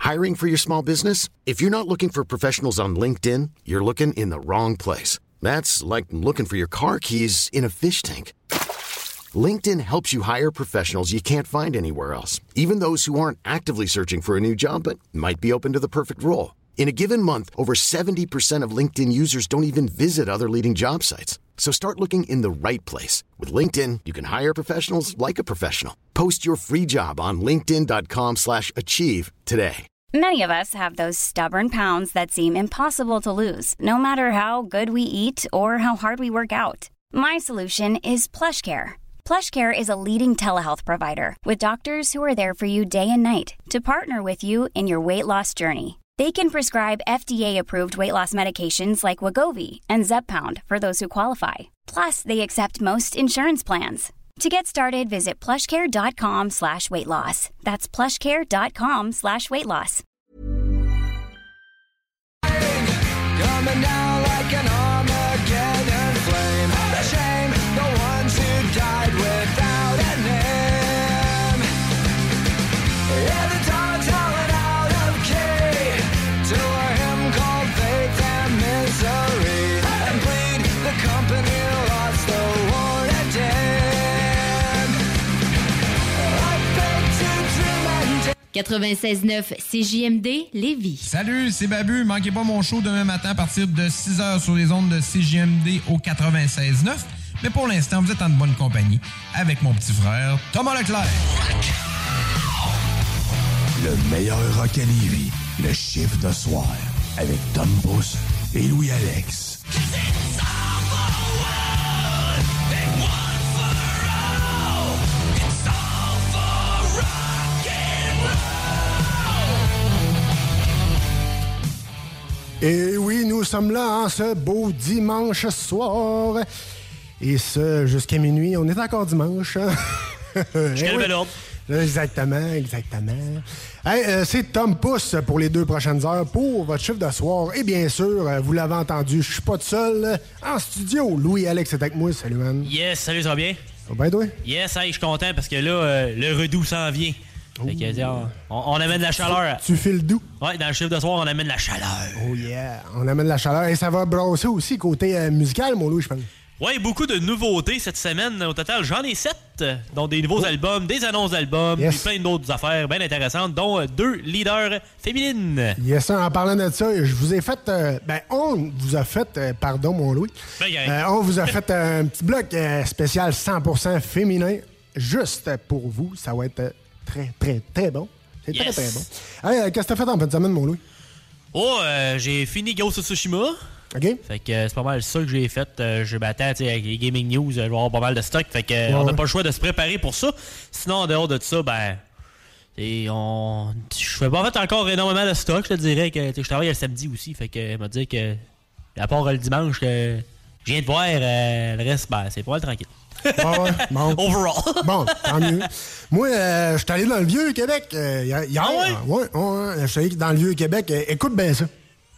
Hiring for your small business? If you're not looking for professionals on LinkedIn, you're looking in the wrong place. That's like looking for your car keys in a fish tank. LinkedIn helps you hire professionals you can't find anywhere else, even those who aren't actively searching for a new job but might be open to the perfect role. In a given month, over 70% of LinkedIn users don't even visit other leading job sites. So start looking in the right place. With LinkedIn, you can hire professionals like a professional. Post your free job on linkedin.com/achieve today. Many of us have those stubborn pounds that seem impossible to lose, no matter how good we eat or how hard we work out. My solution is PlushCare. PlushCare is a leading telehealth provider with doctors who are there for you day and night to partner with you in your weight loss journey. They can prescribe FDA-approved weight loss medications like Wegovy and Zepbound for those who qualify. Plus, they accept most insurance plans. To get started, visit plushcare.com/weightloss. That's plushcare.com/weightloss. Coming down like an Armageddon flame. The shame, the ones who died without a name. Yeah, the dogs howling out of key to a hymn called Faith and Misery. And bleed, the company lost the war to dead. I beg to dream and 96.9 CJMD Lévis. Salut, c'est Babu. Manquez pas mon show demain matin à partir de 6h sur les ondes de CJMD au 96.9. Mais pour l'instant, vous êtes en bonne compagnie avec mon petit frère Thomas Leclerc. Le meilleur rock à Lévis, le chiffre de soir, avec Tom Pousse et Louis-Alex. Et oui, nous sommes là en ce beau dimanche soir. Et ce, jusqu'à minuit, on est encore dimanche. Hein? Jusqu'à nouvel ordre. Exactement. Hey, c'est Tom Pousse pour les 2 prochaines heures pour votre chiffre de soir. Et bien sûr, vous l'avez entendu, je suis pas tout seul en studio. Louis-Alex est avec moi. Salut, man. Yes, salut, ça va bien? Ça va bien, toi? Yes, hey, je suis content parce que là, le redoux s'en vient. Fait que, on amène la chaleur. Tu files doux? Ouais, dans le chiffre de soir, on amène la chaleur. Oh yeah, on amène la chaleur. Et ça va brasser aussi côté musical, mon Louis, je pense. Ouais, beaucoup de nouveautés cette semaine. Au total, j'en ai 7, dont des nouveaux albums, des annonces d'albums, puis plein d'autres affaires bien intéressantes, dont 2 leaders féminines. Yes, en parlant de ça, je vous ai fait... on vous a fait... pardon, mon Louis. On vous a fait un petit bloc spécial 100% féminin, juste pour vous. Ça va être très, très, très bon. C'est très, très bon. Hey, qu'est-ce que t'as fait en fin de semaine, mon Louis? J'ai fini Ghost of Tsushima. OK. Fait que c'est pas mal ça que j'ai fait. Je m'attends, avec les gaming news, je vais avoir pas mal de stock. Fait que on n'a pas le choix de se préparer pour ça. Sinon, en dehors de ça, je fais pas encore énormément de stock. Je te dirais que je travaille le samedi aussi. Fait que m'a dit que, à part le dimanche que je viens de voir, le reste, c'est pas mal tranquille. Bon. Overall. Bon, tant mieux. Moi, je suis allé dans le Vieux-Québec hier. Ouais, je suis allé dans le Vieux-Québec. Écoute bien ça.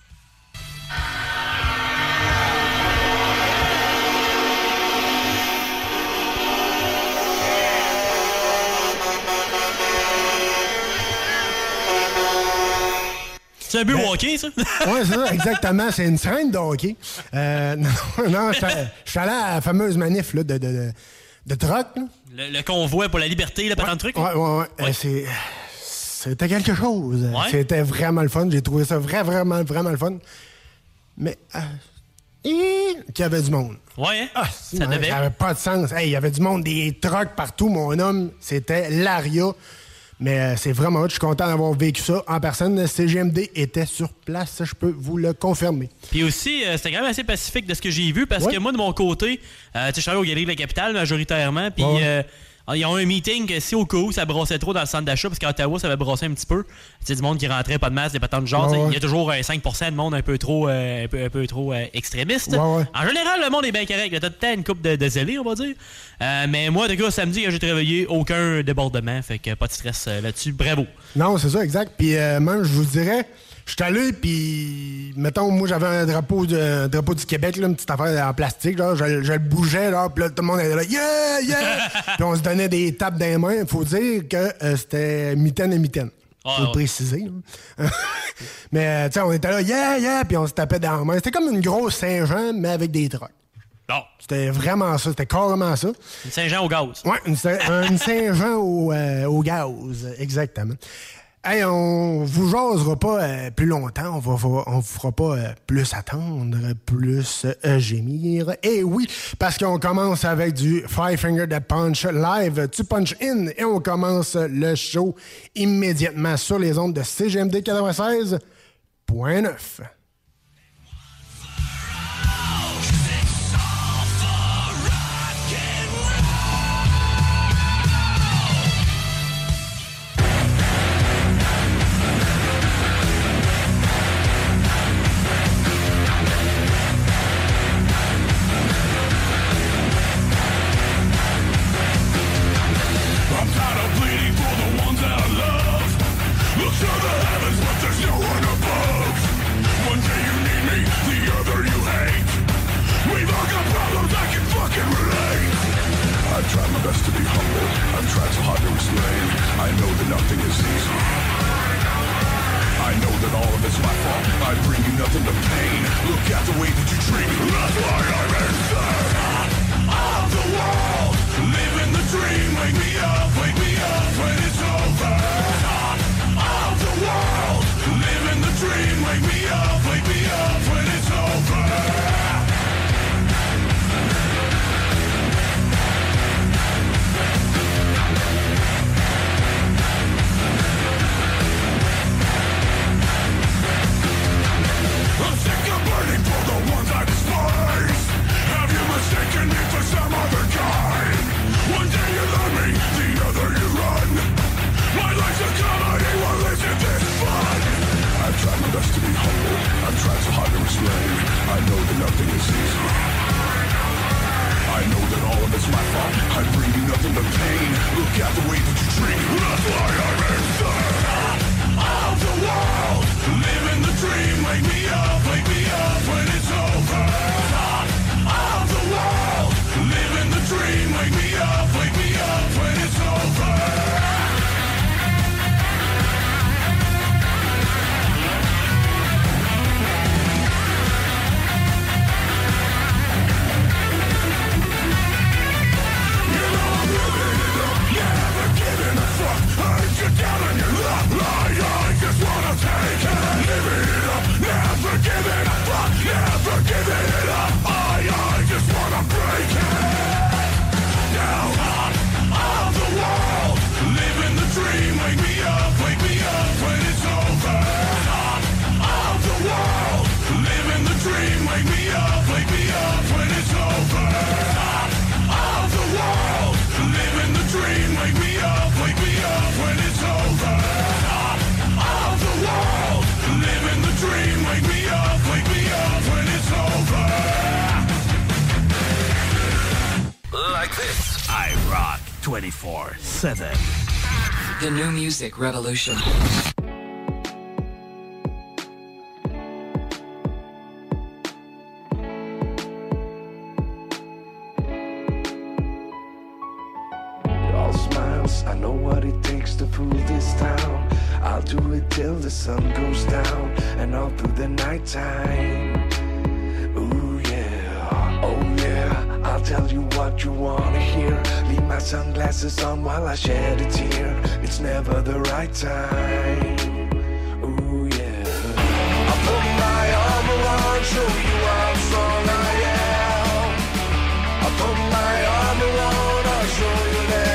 C'est un but hockey, ça? Oui, c'est ça, exactement. C'est une scène de hockey. Non, je suis allé à la fameuse manif là, de truck. Le convoi pour la liberté, le patent de truc? Ouais. C'était quelque chose. Ouais. C'était vraiment le fun. J'ai trouvé ça vraiment, vraiment le fun. Mais qu'il y avait du monde. Ouais, hein? Ça devait. Ça n'avait pas de sens. Il y avait du monde, des trucks partout, mon homme. C'était l'aria. Mais c'est vraiment hot. Je suis content d'avoir vécu ça en personne. CGMD était sur place, ça, je peux vous le confirmer. Puis aussi, c'était quand même assez pacifique de ce que j'ai vu, parce que moi, de mon côté, je suis allé aux Galeries de la Capitale majoritairement, puis ils ont un meeting que si au cas où ça brassait trop dans le centre d'achat, parce qu'à Ottawa, ça avait brassé un petit peu. C'est du monde qui rentrait, pas de masse, des patentes de genre. Il y a toujours 5% de monde un peu trop extrémiste. En général, le monde est bien correct. T'as peut-être une couple de zélés, on va dire. Mais moi, de gars, samedi, quand j'ai travaillé, aucun débordement. Fait que pas de stress là-dessus. Bravo. Non, c'est ça, exact. Puis même, je vous dirais, je suis allé, puis mettons, moi, j'avais un drapeau du Québec, là, une petite affaire en plastique, genre, je le bougeais, là, puis là, tout le monde était là, yeah! Puis on se donnait des tapes dans les mains. Il faut dire que c'était mitaine et mitaine. Faut le préciser. Mais, tu sais, on était là, yeah, puis on se tapait dans la main. C'était comme une grosse Saint-Jean, mais avec des trucks. Non. C'était vraiment ça, c'était carrément ça. Une Saint-Jean au gaz. Ouais, une Saint-Jean au gaz, exactement. Hey, on vous jasera pas plus longtemps, on vous fera pas plus attendre, plus gémir. Et oui, parce qu'on commence avec du Five Finger Death Punch live, tu punch in, et on commence le show immédiatement sur les ondes de CGMD 96.9. I've tried my best to be humble. I've tried so hard to explain. I know that nothing is easy. I know that all of it's my fault. I bring you nothing but pain. Look at the way that you treat me. That's why I'm inside of the world. Living the dream. Wake me up when it's over. Of the world. Living the dream. Wake me up when it's over. I'm sick of burning for the ones I despise. Have you mistaken me for some other kind? One day you love me, the other you run. My life's a comedy, well isn't this fun? I've tried my best to be humble. I've tried so hard to explain. I know that nothing is easy. I know that all of it's my fault. I bring you nothing but pain. Look at the way that you treat me. That's why I'm inside of the world. Living the dream. Wake me up when it's over. Of the world. Living the dream. Wake me up when it's over. Never giving a fuck. I've you down on your luck. I just wanna take it. Living it up. Never giving a fuck. Never giving it up. I just wanna break it. Now of the world. Living the dream. Wake me up when it's over. Of the world. Living the dream. Wake me up when it's over. Of the world. Living the dream, wake me up when it's over. Of the world, living the dream, wake me up when it's over. Like this, I rock 24/7. The new music revolution. I know what it takes to fool this town. I'll do it till the sun goes down and all through the nighttime. Ooh yeah, oh yeah, I'll tell you what you wanna hear. Leave my sunglasses on while I shed a tear. It's never the right time. Ooh yeah, I'll put my armor on, show you how strong I am. I'll put my armor on, I'll show you that.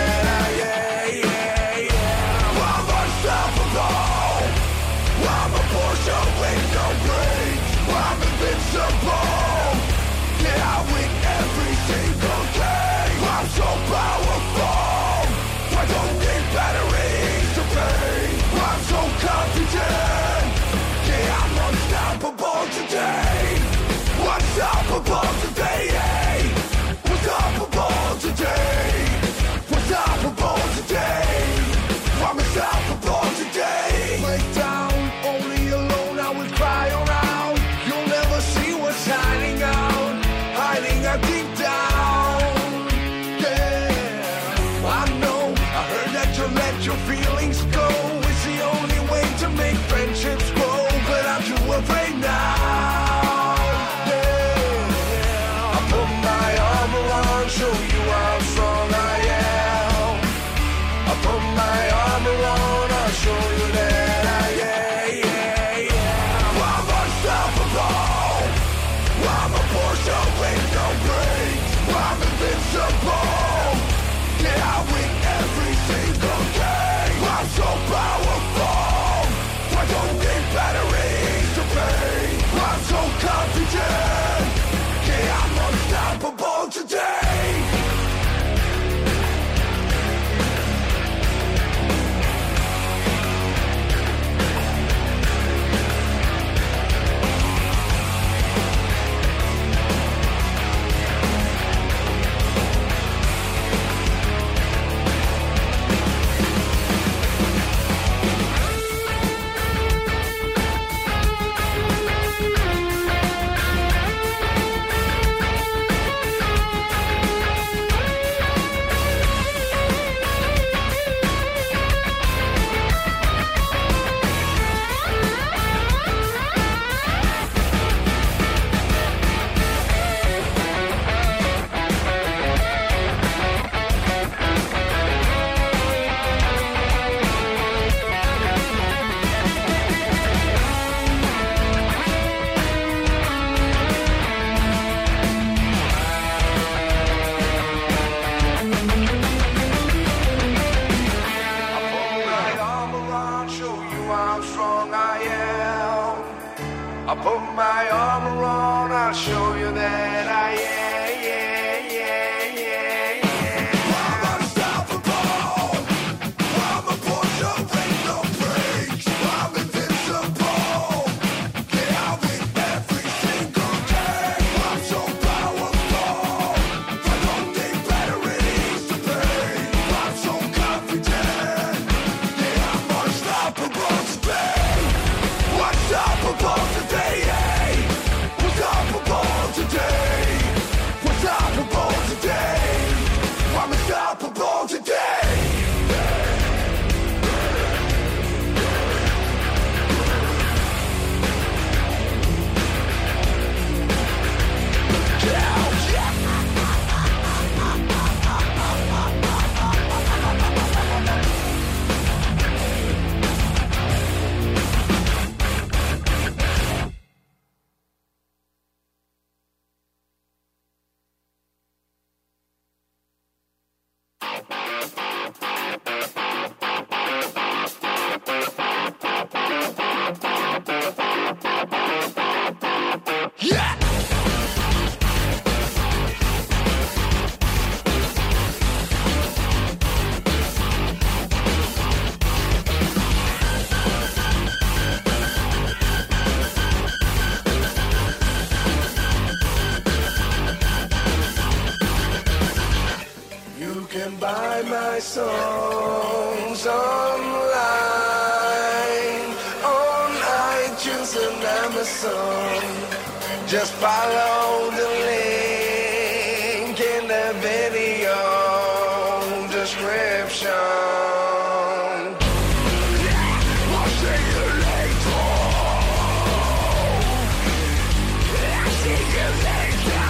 I'm invincible. Yeah, I win every single game. I'm so powerful. I don't need batteries to play. I'm so I'll put my armor on, I'll show you that I am. I'm unstoppable. I'm a Porsche with no brakes. I'm invincible. Get out with every single day. I'm so powerful. I don't need batteries to pay. I'm so confident. Yeah, I'm unstoppable today. Unstoppable today. Unstoppable today. Unstoppable today. I'm unstoppable today. You can buy my songs online on iTunes and Amazon. Just follow the link in the video description. I'll see you later. I'll see you later.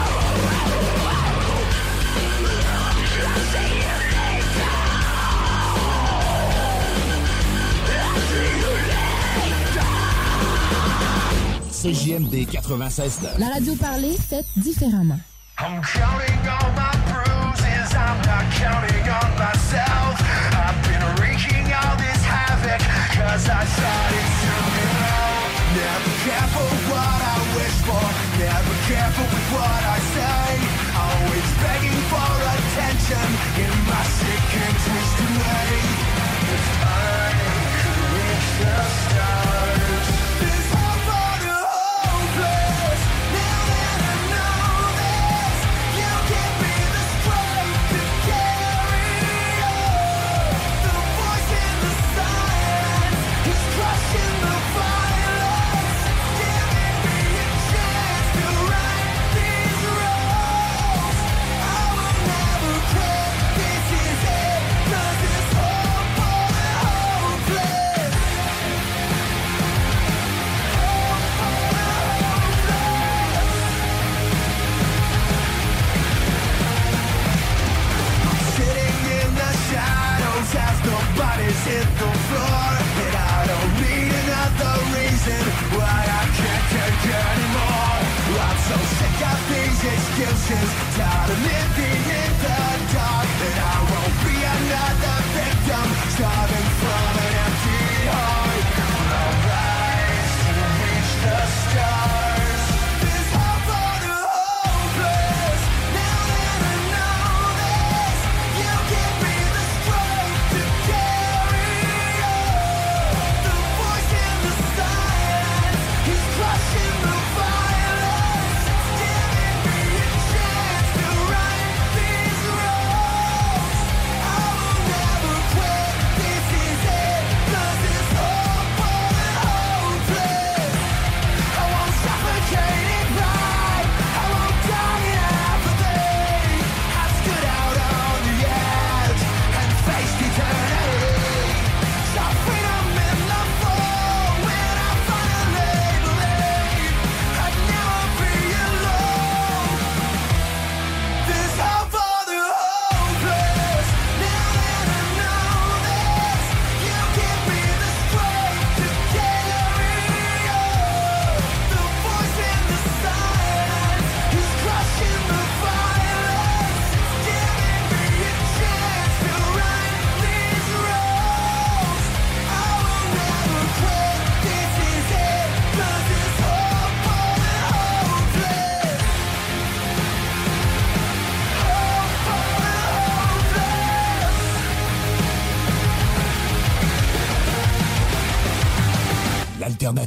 CJMD 96.9. La radio parlée, faite différemment. I'm counting on my bruises, I'm not counting on myself. I've been wreaking all this havoc, cause I thought it took me long. Never careful what I wish for, never careful with what I say. Always begging for attention in my sick and twisted way. If I could reach the stars, this whole world hopeless. Now that I know this, you give me the strength to carry on. The voice in the silence is crushing the violence, giving me a chance to right these wrongs. I will never quit this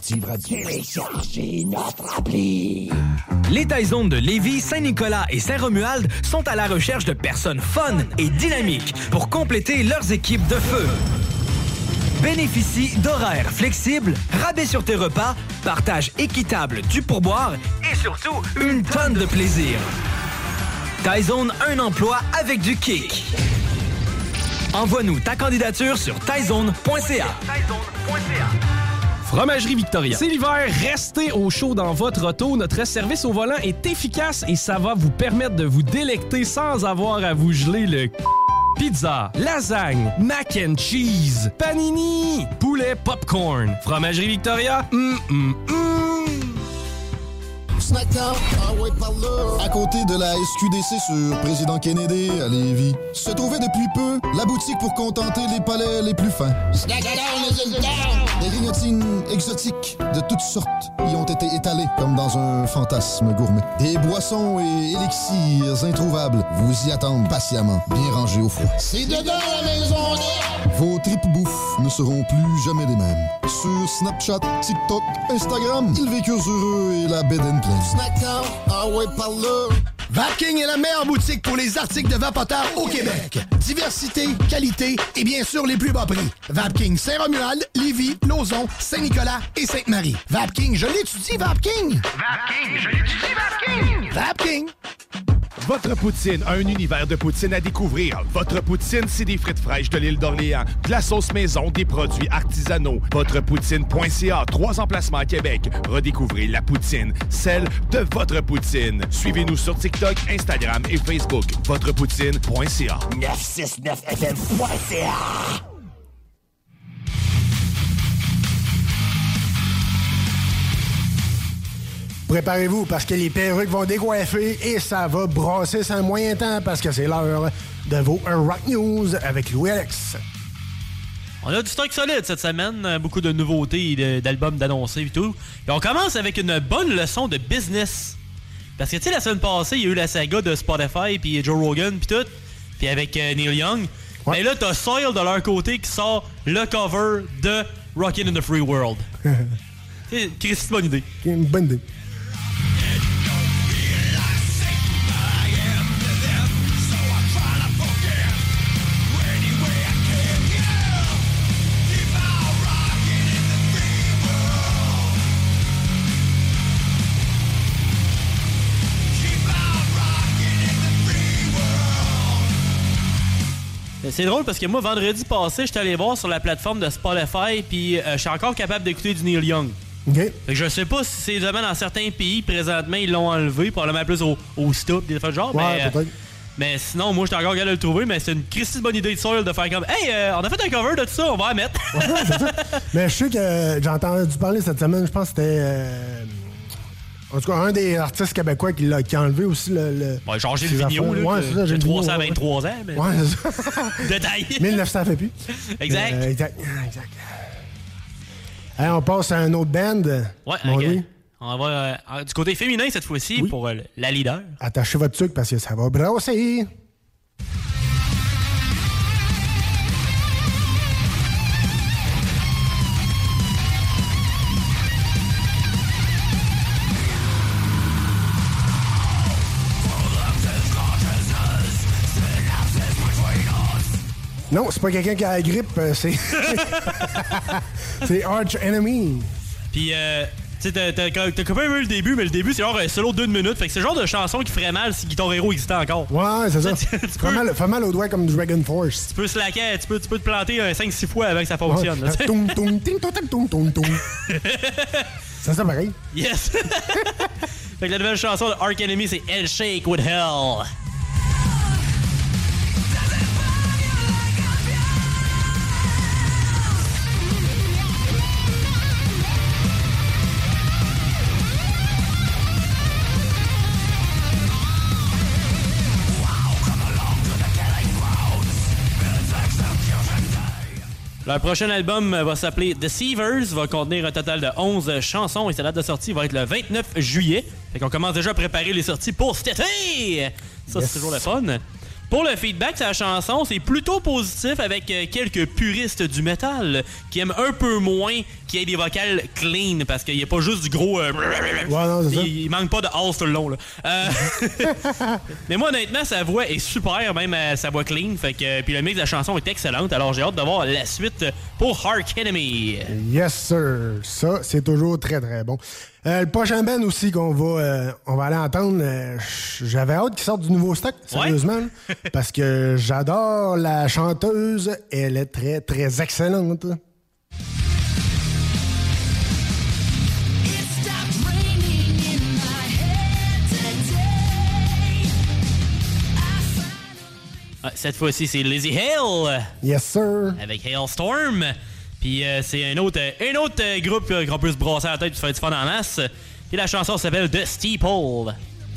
Alternative Radio. Téléchargez notre appli. Les Taizones de Lévis, Saint-Nicolas et Saint-Romuald sont à la recherche de personnes fun et dynamiques pour compléter leurs équipes de feu. Bénéficie d'horaires flexibles, rabais sur tes repas, partage équitable du pourboire et surtout une tonne de plaisir. Taizone, un emploi avec du kick. Envoie-nous ta candidature sur taizone.ca. Fromagerie Victoria. C'est l'hiver, restez au chaud dans votre auto. Notre service au volant est efficace et ça va vous permettre de vous délecter sans avoir à vous geler le pizza, lasagne, mac and cheese, panini, poulet popcorn. Fromagerie Victoria, Snackdown, ah ouais, par là. À côté de la SQDC sur Président Kennedy à Lévis, se trouvait depuis peu la boutique pour contenter les palais les plus fins. Snackdown is in town. Des grignotines exotiques de toutes sortes y ont été étalées comme dans un fantasme gourmet. Des boissons et élixirs introuvables vous y attendent patiemment, bien rangés au froid. C'est dedans la maison. Vos tripes bouffe ne seront plus jamais les mêmes. Sur Snapchat, TikTok, Instagram, ils vécurent heureux et la bed and play. Snackdown, ah ouais, par là. Vapking est la meilleure boutique pour les articles de vapoteurs au Québec. Diversité, qualité et bien sûr les plus bas prix. Vapking Saint-Romuald, Lévis, Lauson, Saint-Nicolas et Sainte-Marie. Vapking, je l'étudie, Vapking! Vapking, je l'étudie, Vapking! Vapking! Votre poutine, un univers de poutine à découvrir. Votre poutine, c'est des frites fraîches de l'île d'Orléans, de la sauce maison, des produits artisanaux. Votrepoutine.ca, 3 emplacements à Québec. Redécouvrez la poutine, celle de votre poutine. Suivez-nous sur TikTok, Instagram et Facebook. Votrepoutine.ca. 969fm.ca. Préparez-vous parce que les perruques vont décoiffer et ça va brasser sans moyen temps parce que c'est l'heure de vos Rock News avec Louis-Alex. On a du stock solide cette semaine, beaucoup de nouveautés, d'albums d'annoncer et tout. Et on commence avec une bonne leçon de business. Parce que tu sais, la semaine passée, il y a eu la saga de Spotify puis Joe Rogan puis tout, puis avec Neil Young. Ouais. Mais là, t'as Soil de leur côté qui sort le cover de Rockin' in the Free World. C'est une bonne idée. Une bonne idée. C'est drôle parce que moi, vendredi passé, j'étais allé voir sur la plateforme de Spotify, puis je suis encore capable d'écouter du Neil Young. Okay. Fait que je sais pas si c'est évidemment dans certains pays, présentement, ils l'ont enlevé, probablement plus au stop, des fois de genre. Ouais, mais sinon, moi, j'étais encore capable de le trouver, mais c'est une Christie bonne idée de Soil de faire comme hey, on a fait un cover de tout ça, on va la mettre. Ouais, c'est ça. Mais je sais que j'ai entendu parler cette semaine, je pense que c'était. En tout cas, un des artistes québécois qui a enlevé aussi le ouais, genre Gilles Vigneault, là. Ouais, c'est ça, j'ai 323 ans, mais. Ouais, c'est ça. Détail. 1900 fait plus. Exact. Exact. Hey, on passe à un autre band. Ouais, okay. On va du côté féminin cette fois-ci pour la leader. Attachez votre truc parce que ça va brasser. Non, c'est pas quelqu'un qui a la grippe, c'est... c'est Arch Enemy. Puis, tu sais, t'as quand même eu le début, mais le début, c'est genre un solo de 2 minutes. Fait que c'est le genre de chanson qui ferait mal si Guitar Hero existait encore. Ouais, c'est ça. Fait mal aux doigts comme Dragon Force. Tu peux slacker, tu peux te planter 5-6 fois avant que ça fonctionne. Ouais. Ça, c'est pareil. Yes! Fait que la nouvelle chanson de Arch Enemy, c'est Hell Shake with Hell. Leur prochain album va s'appeler Deceivers, va contenir un total de 11 chansons et sa date de sortie va être le 29 juillet. Fait qu'on commence déjà à préparer les sorties pour cet été! Ça, c'est toujours le fun. Pour le feedback de la chanson, c'est plutôt positif avec quelques puristes du métal qui aiment un peu moins qu'il y ait des vocales clean parce qu'il n'y a pas juste du gros... Ouais, non, c'est ça. Il manque pas de hall tout le long. Là. Mais moi, honnêtement, sa voix est super, même sa voix clean. Fait que, puis le mix de la chanson est excellente. Alors j'ai hâte de voir la suite pour Arch Enemy. Yes, sir. Ça, c'est toujours très, très bon. Le prochain band aussi qu'on va, on va aller entendre, j'avais hâte qu'il sorte du nouveau stock, sérieusement, ouais. Parce que j'adore la chanteuse. Elle est très, très excellente. Cette fois-ci, c'est Lizzie Hale. Yes, sir. Avec Hailstorm. Puis c'est un autre groupe qu'on peut se brasser à la tête et se faire du fun en masse. Et la chanson s'appelle The Steeple.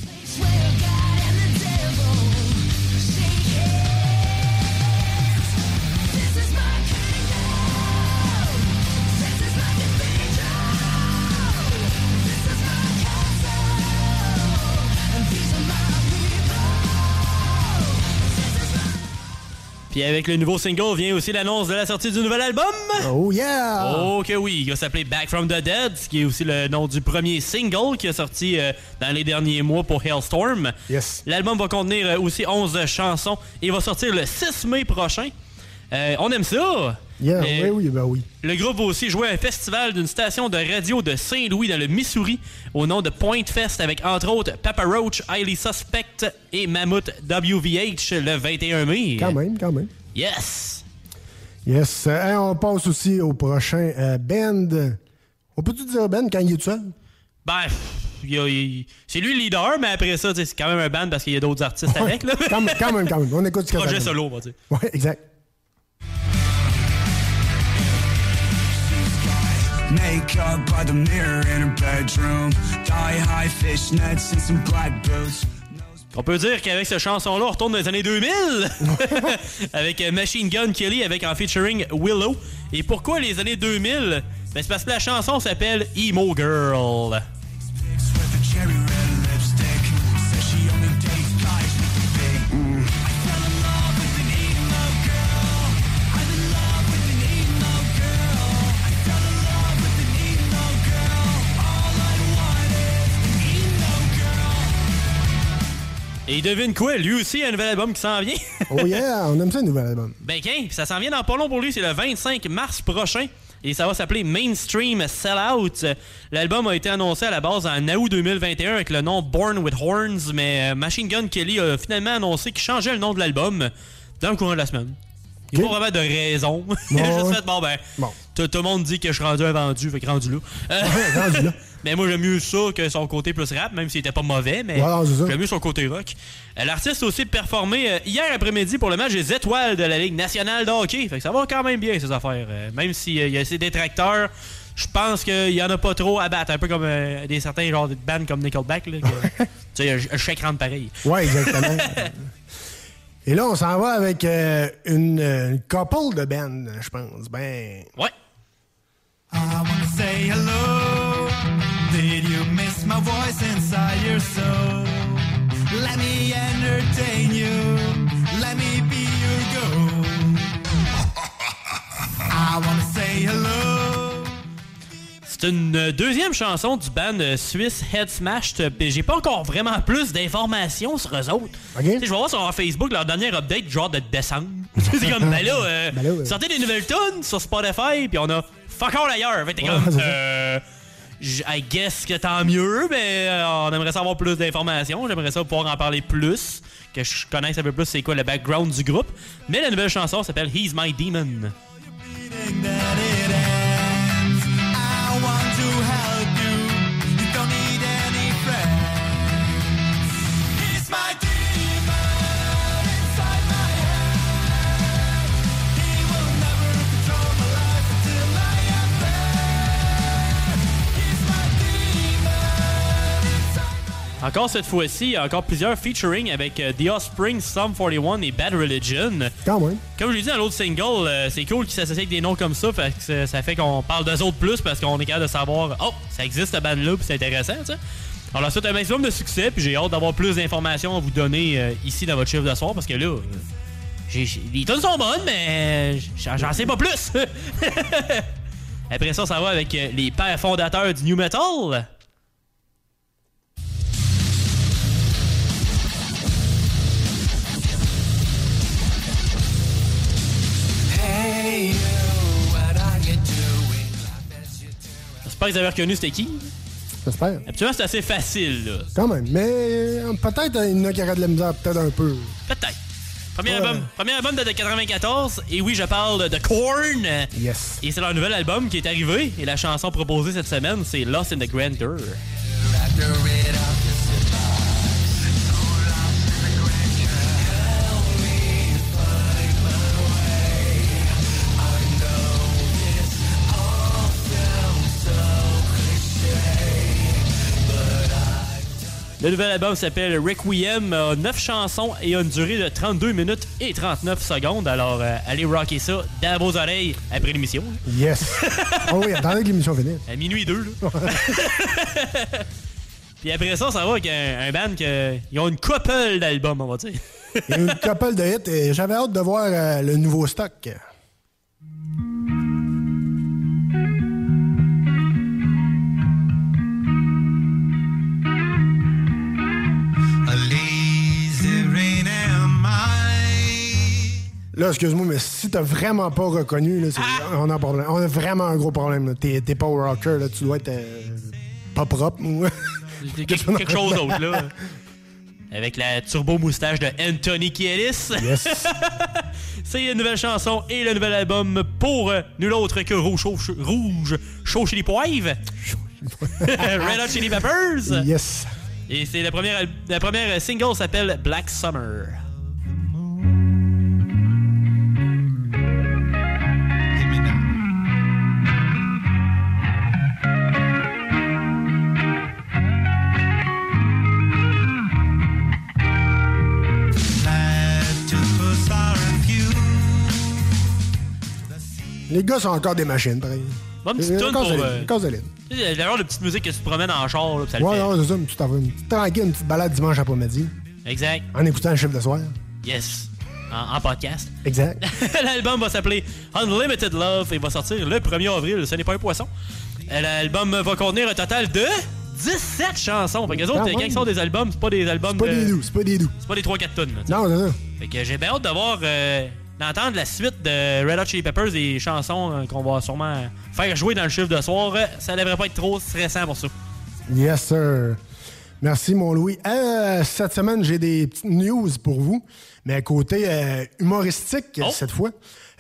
Puis avec le nouveau single vient aussi l'annonce de la sortie du nouvel album. Oh yeah! Oh que oui, il va s'appeler Back from the Dead, ce qui est aussi le nom du premier single qui a sorti dans les derniers mois pour Hailstorm. Yes. L'album va contenir aussi 11 chansons et va sortir le 6 mai prochain. On aime ça! Yeah, oui. Le groupe va aussi jouer à un festival d'une station de radio de Saint-Louis dans le Missouri au nom de Point Fest avec entre autres Papa Roach, Highly Suspect et Mammoth WVH le 21 mai. Quand même. Yes! Yes. On passe aussi au prochain band. On peut-tu dire band quand il est tout seul? Ben, c'est lui le leader, mais après ça, c'est quand même un band parce qu'il y a d'autres artistes avec. Là. Quand même. On écoute ce qu'il y a. Projet solo, on va dire. Ouais, exact. Makeup by the mirror in her bedroom. Thigh-high fishnets and some black boots. On peut dire qu'avec cette chanson-là, on retourne dans les années 2000 avec Machine Gun Kelly avec en featuring Willow. Et pourquoi les années 2000? Ben, c'est parce que la chanson s'appelle Emo Girl. Et devine quoi, lui aussi il a un nouvel album qui s'en vient. Oh yeah, on aime ça, un nouvel album. Ben, ça s'en vient dans pas long pour lui, c'est le 25 mars prochain. Et ça va s'appeler Mainstream Sellout. L'album a été annoncé à la base en août 2021 avec le nom Born with Horns, mais Machine Gun Kelly a finalement annoncé qu'il changeait le nom de l'album dans le courant de la semaine. Il n'y a pas vraiment de raison. Il a juste fait, tout le monde dit que je suis rendu un vendu, fait que rendu là. Rendu là. Mais moi, j'aime mieux ça que son côté plus rap, même s'il était pas mauvais, mais j'aime mieux son côté rock. L'artiste a aussi performé hier après-midi pour le match des étoiles de la Ligue nationale de hockey. Fait que ça va quand même bien, ces affaires. Même s'il y a ses détracteurs, je pense qu'il y en a pas trop à battre. Un peu comme certains genres de bands comme Nickelback. Là, tu sais, un chèque rentre pareil. Ouais, exactement. Et là, on s'en va avec une couple de bands, je pense. Ben. Ouais. I wanna say hello. Did you miss my voice inside your soul? Let me entertain you. Let me be your goal. I wanna say hello. C'est une deuxième chanson du band suisse Head Smashed. J'ai pas encore vraiment plus d'informations sur eux autres. Okay. Je vais voir sur Facebook leur dernière update genre de décembre. C'est comme, ben là, sortez des nouvelles tunes sur Spotify, puis on a fuck all ailleurs. Fait que t'es comme, I guess que tant mieux, mais on aimerait savoir plus d'informations. J'aimerais ça pouvoir en parler plus, que je connaisse un peu plus c'est quoi le background du groupe. Mais la nouvelle chanson s'appelle He's My Demon. Encore cette fois-ci, il y a encore plusieurs featuring avec The Offspring, Sum 41 et Bad Religion. Quand même. Comme je l'ai dit dans l'autre single, c'est cool qu'ils s'associent avec des noms comme ça. Ça fait qu'on parle d'eux autres plus parce qu'on est capable de savoir, oh, ça existe cette band-là, puis c'est intéressant, tu sais. Alors, ça, c'est un maximum de succès, puis j'ai hâte d'avoir plus d'informations à vous donner ici dans votre chiffre de soir, parce que là, les tunes sont bonnes, mais j'en sais pas plus. Après ça, ça va avec les pères fondateurs du New Metal. Hey, what are you doing? J'espère que vous avez reconnu c'était qui. J'espère. Habituellement, c'est assez facile, là. Quand même, mais peut-être il y en a qui auraient de la misère, peut-être un peu. Peut-être. Premier album de 94, et oui, je parle de Korn. Yes. Et c'est leur nouvel album qui est arrivé, et la chanson proposée cette semaine, c'est Lost in the Grandeur. Le nouvel album s'appelle Requiem, a 9 chansons et a une durée de 32 minutes et 39 secondes. Alors, allez rocker ça dans vos oreilles après l'émission. Yes. Oh oui, attendez que l'émission finisse. À minuit 2, là. Puis après ça va avec un band ils ont une couple d'albums, on va dire. Il y a une couple de hits et j'avais hâte de voir le nouveau stock. Là, excuse-moi, mais si t'as vraiment pas reconnu, là, on a un problème. On a vraiment un gros problème. Là. T'es pas rocker, là. Tu dois être pas propre. Ou... quelque chose d'autre, là. Avec la turbo-moustache de Anthony Kiedis. Yes. C'est une nouvelle chanson et le nouvel album pour nul autre que Rouge Chaud Chili Poivre. Red Hot Chili Peppers. Yes. Et c'est la première single s'appelle Black Summer. Les gars sont encore des machines, pareil. Bonne petite tune pour... Casolide. C'est le genre de petite musique que tu te promènes en char, là, pis ça le fait. Ouais, non, c'est ça, une petite tranquille, une petite balade dimanche après-midi. Exact. En écoutant un chiffre de soir. Yes. En podcast. Exact. L'album va s'appeler Unlimited Love et va sortir le 1er avril. Ce n'est pas un poisson. L'album va contenir un total de 17 chansons. Fait que les autres, quand ils sont des albums, c'est pas des albums c'est pas des doux. C'est pas des 3-4 tonnes. Non, c'est ça. Fait que j'ai bien hâte d'avoir... d'entendre la suite de Red Hot Chili Peppers, des chansons qu'on va sûrement faire jouer dans le chiffre de soir. Ça devrait pas être trop stressant pour ça. Yes, sir. Merci, mon Louis. Cette semaine, j'ai des petites news pour vous, mais à côté humoristique, cette fois.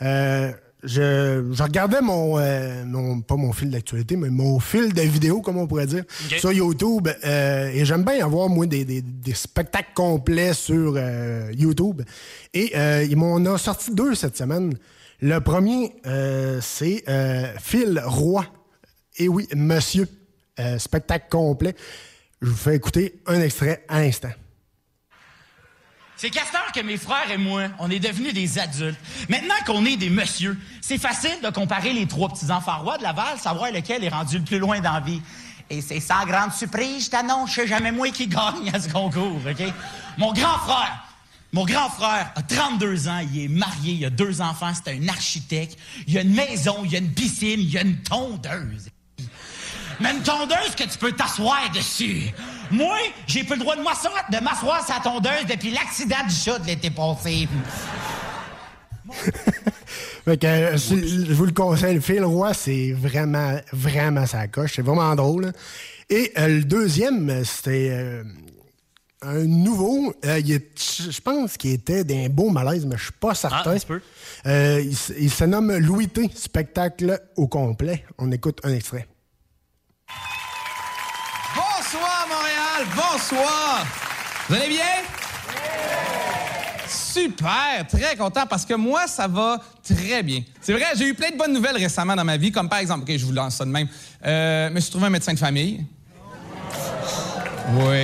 Je regardais pas mon fil d'actualité, mais mon fil de vidéo, comme on pourrait dire, sur YouTube. Et j'aime bien avoir, moi, des spectacles complets sur YouTube. Et ils m'en ont sorti 2 cette semaine. Le premier, c'est Phil Roy. Et oui, monsieur. Spectacle complet. Je vous fais écouter un extrait à l'instant. C'est qu'à cette heure que mes frères et moi, on est devenus des adultes. Maintenant qu'on est des messieurs, c'est facile de comparer les 3 petits-enfants rois de Laval, savoir lequel est rendu le plus loin dans la vie. Et c'est sans grande surprise, je t'annonce, je sais jamais moi qui gagne à ce concours, OK? Mon grand frère a 32 ans, il est marié, il a 2 enfants, c'est un architecte, il a une maison, il a une piscine, il a une tondeuse. Mais une tondeuse que tu peux t'asseoir dessus. Moi, j'ai plus le droit de m'asseoir sur la tondeuse depuis l'accident du chat de l'été passé. Fait que, je vous le conseille, Phil Roy, c'est vraiment, vraiment sa coche. C'est vraiment drôle. Et le deuxième, c'était un nouveau. Je pense qu'il était d'un beau malaise, mais je suis pas certain. Il se nomme Louis T. Spectacle au complet. On écoute un extrait. Bonsoir Montréal, bonsoir. Vous allez bien? Super, très content parce que moi, ça va très bien. C'est vrai, j'ai eu plein de bonnes nouvelles récemment dans ma vie, comme par exemple, OK, je vous lance ça de même. Je me suis trouvé un médecin de famille. Oui.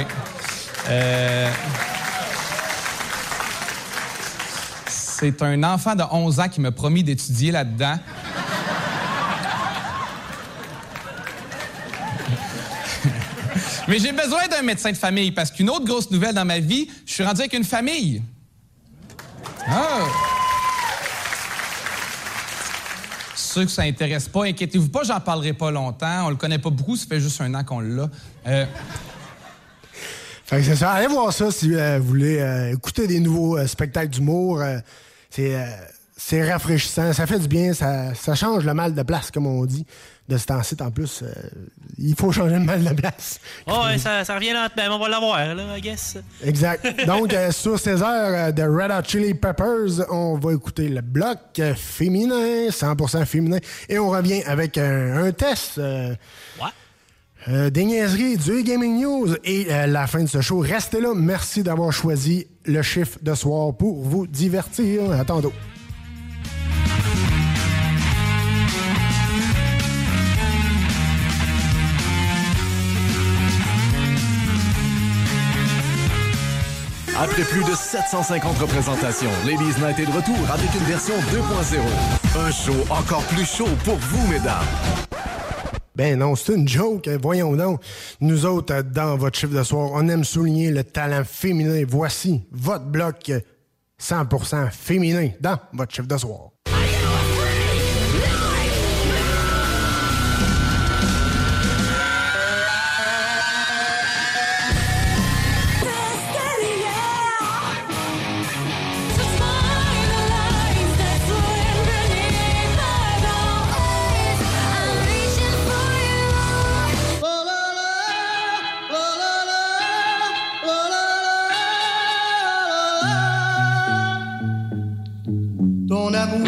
C'est un enfant de 11 ans qui m'a promis d'étudier là-dedans. Mais j'ai besoin d'un médecin de famille parce qu'une autre grosse nouvelle dans ma vie, je suis rendu avec une famille. Ah! Ceux que ça intéresse pas, inquiétez-vous pas, j'en parlerai pas longtemps. On le connaît pas beaucoup, ça fait juste 1 an qu'on l'a. Fait que c'est ça. Allez voir ça si vous voulez écouter des nouveaux spectacles d'humour. C'est rafraîchissant, ça fait du bien, ça change le mal de place, comme on dit. De ce temps-ci, en plus, il faut changer le mal de place. Oh, ouais, ça revient lentement, on va l'avoir, là, I guess. Exact. Donc, sur ces heures de Red Hot Chili Peppers, on va écouter le bloc féminin, 100% féminin, et on revient avec un test. Des niaiseries, du Gaming News et la fin de ce show. Restez là. Merci d'avoir choisi le chiffre de soir pour vous divertir. À tantôt. Après plus de 750 représentations, Ladies Night est de retour avec une version 2.0. Un show encore plus chaud pour vous, mesdames. Ben non, c'est une joke. Voyons donc. Nous autres, dans votre chiffre de soir, on aime souligner le talent féminin. Voici votre bloc 100% féminin dans votre chiffre de soir. Ton amour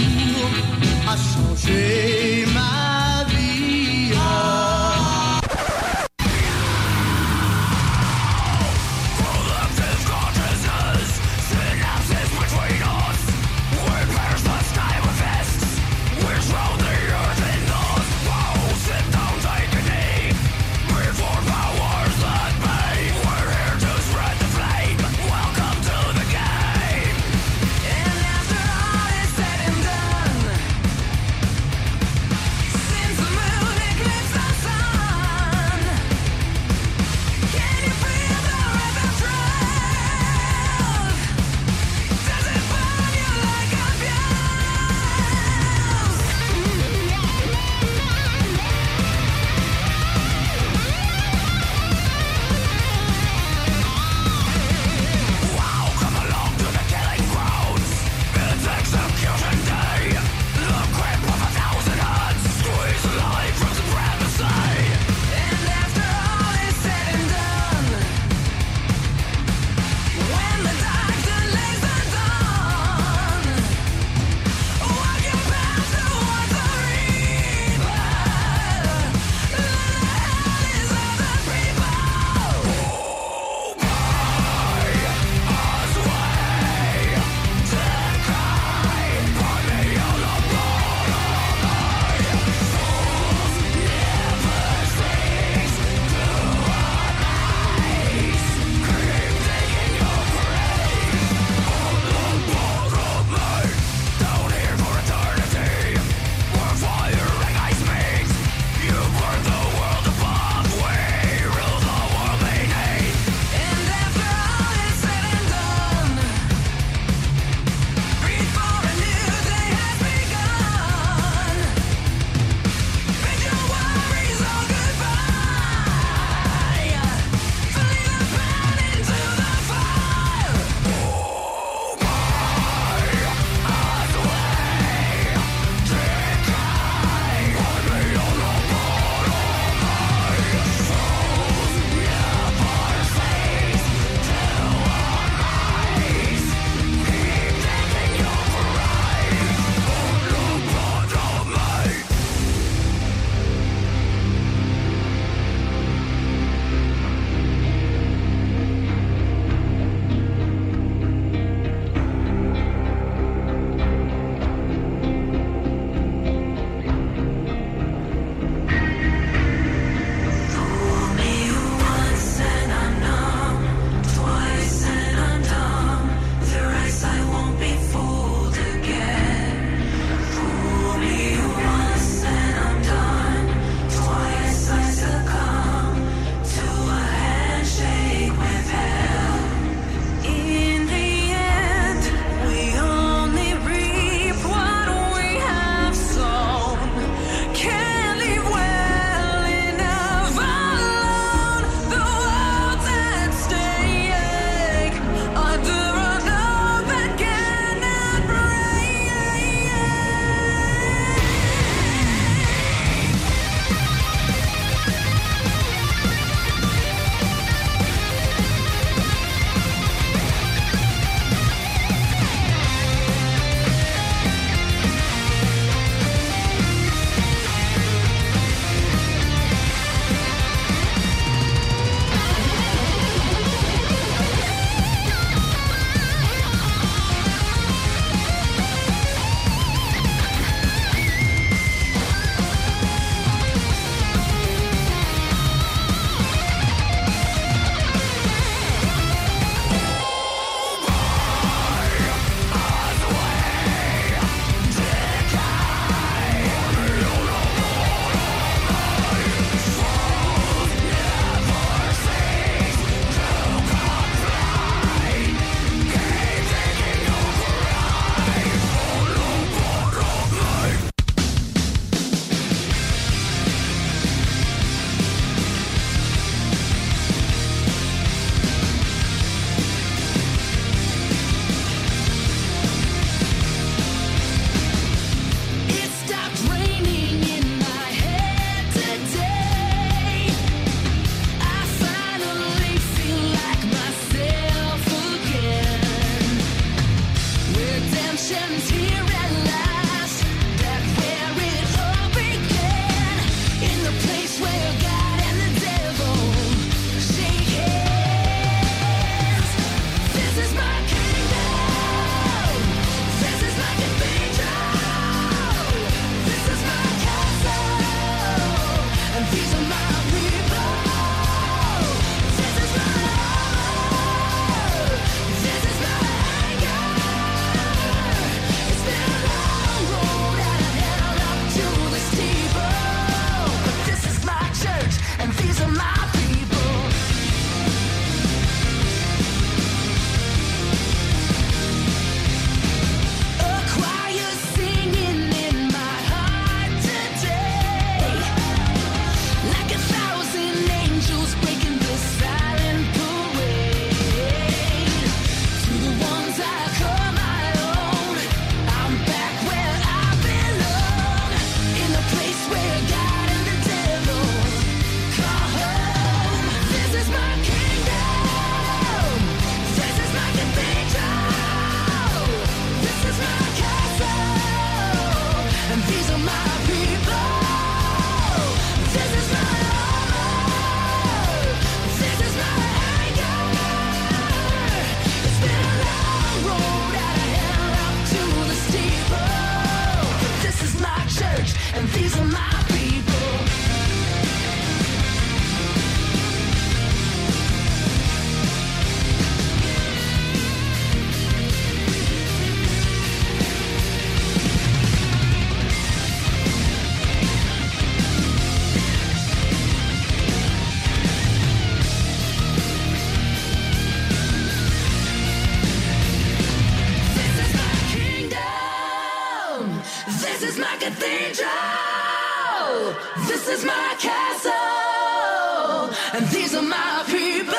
is my castle, and these are my people.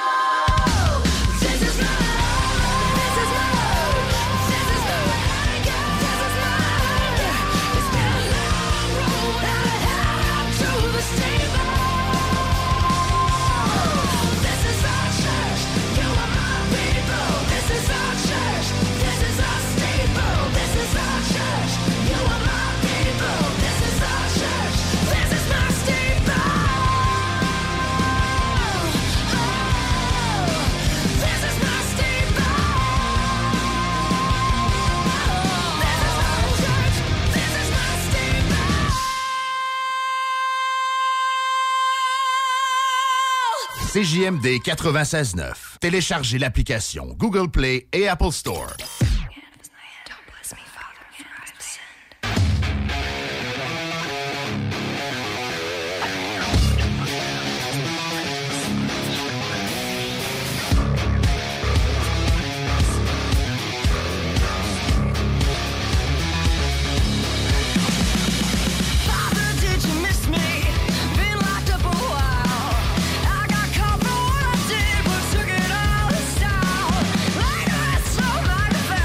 CJMD 96.9. Téléchargez l'application Google Play et Apple Store. Took it all in style. Like I had so much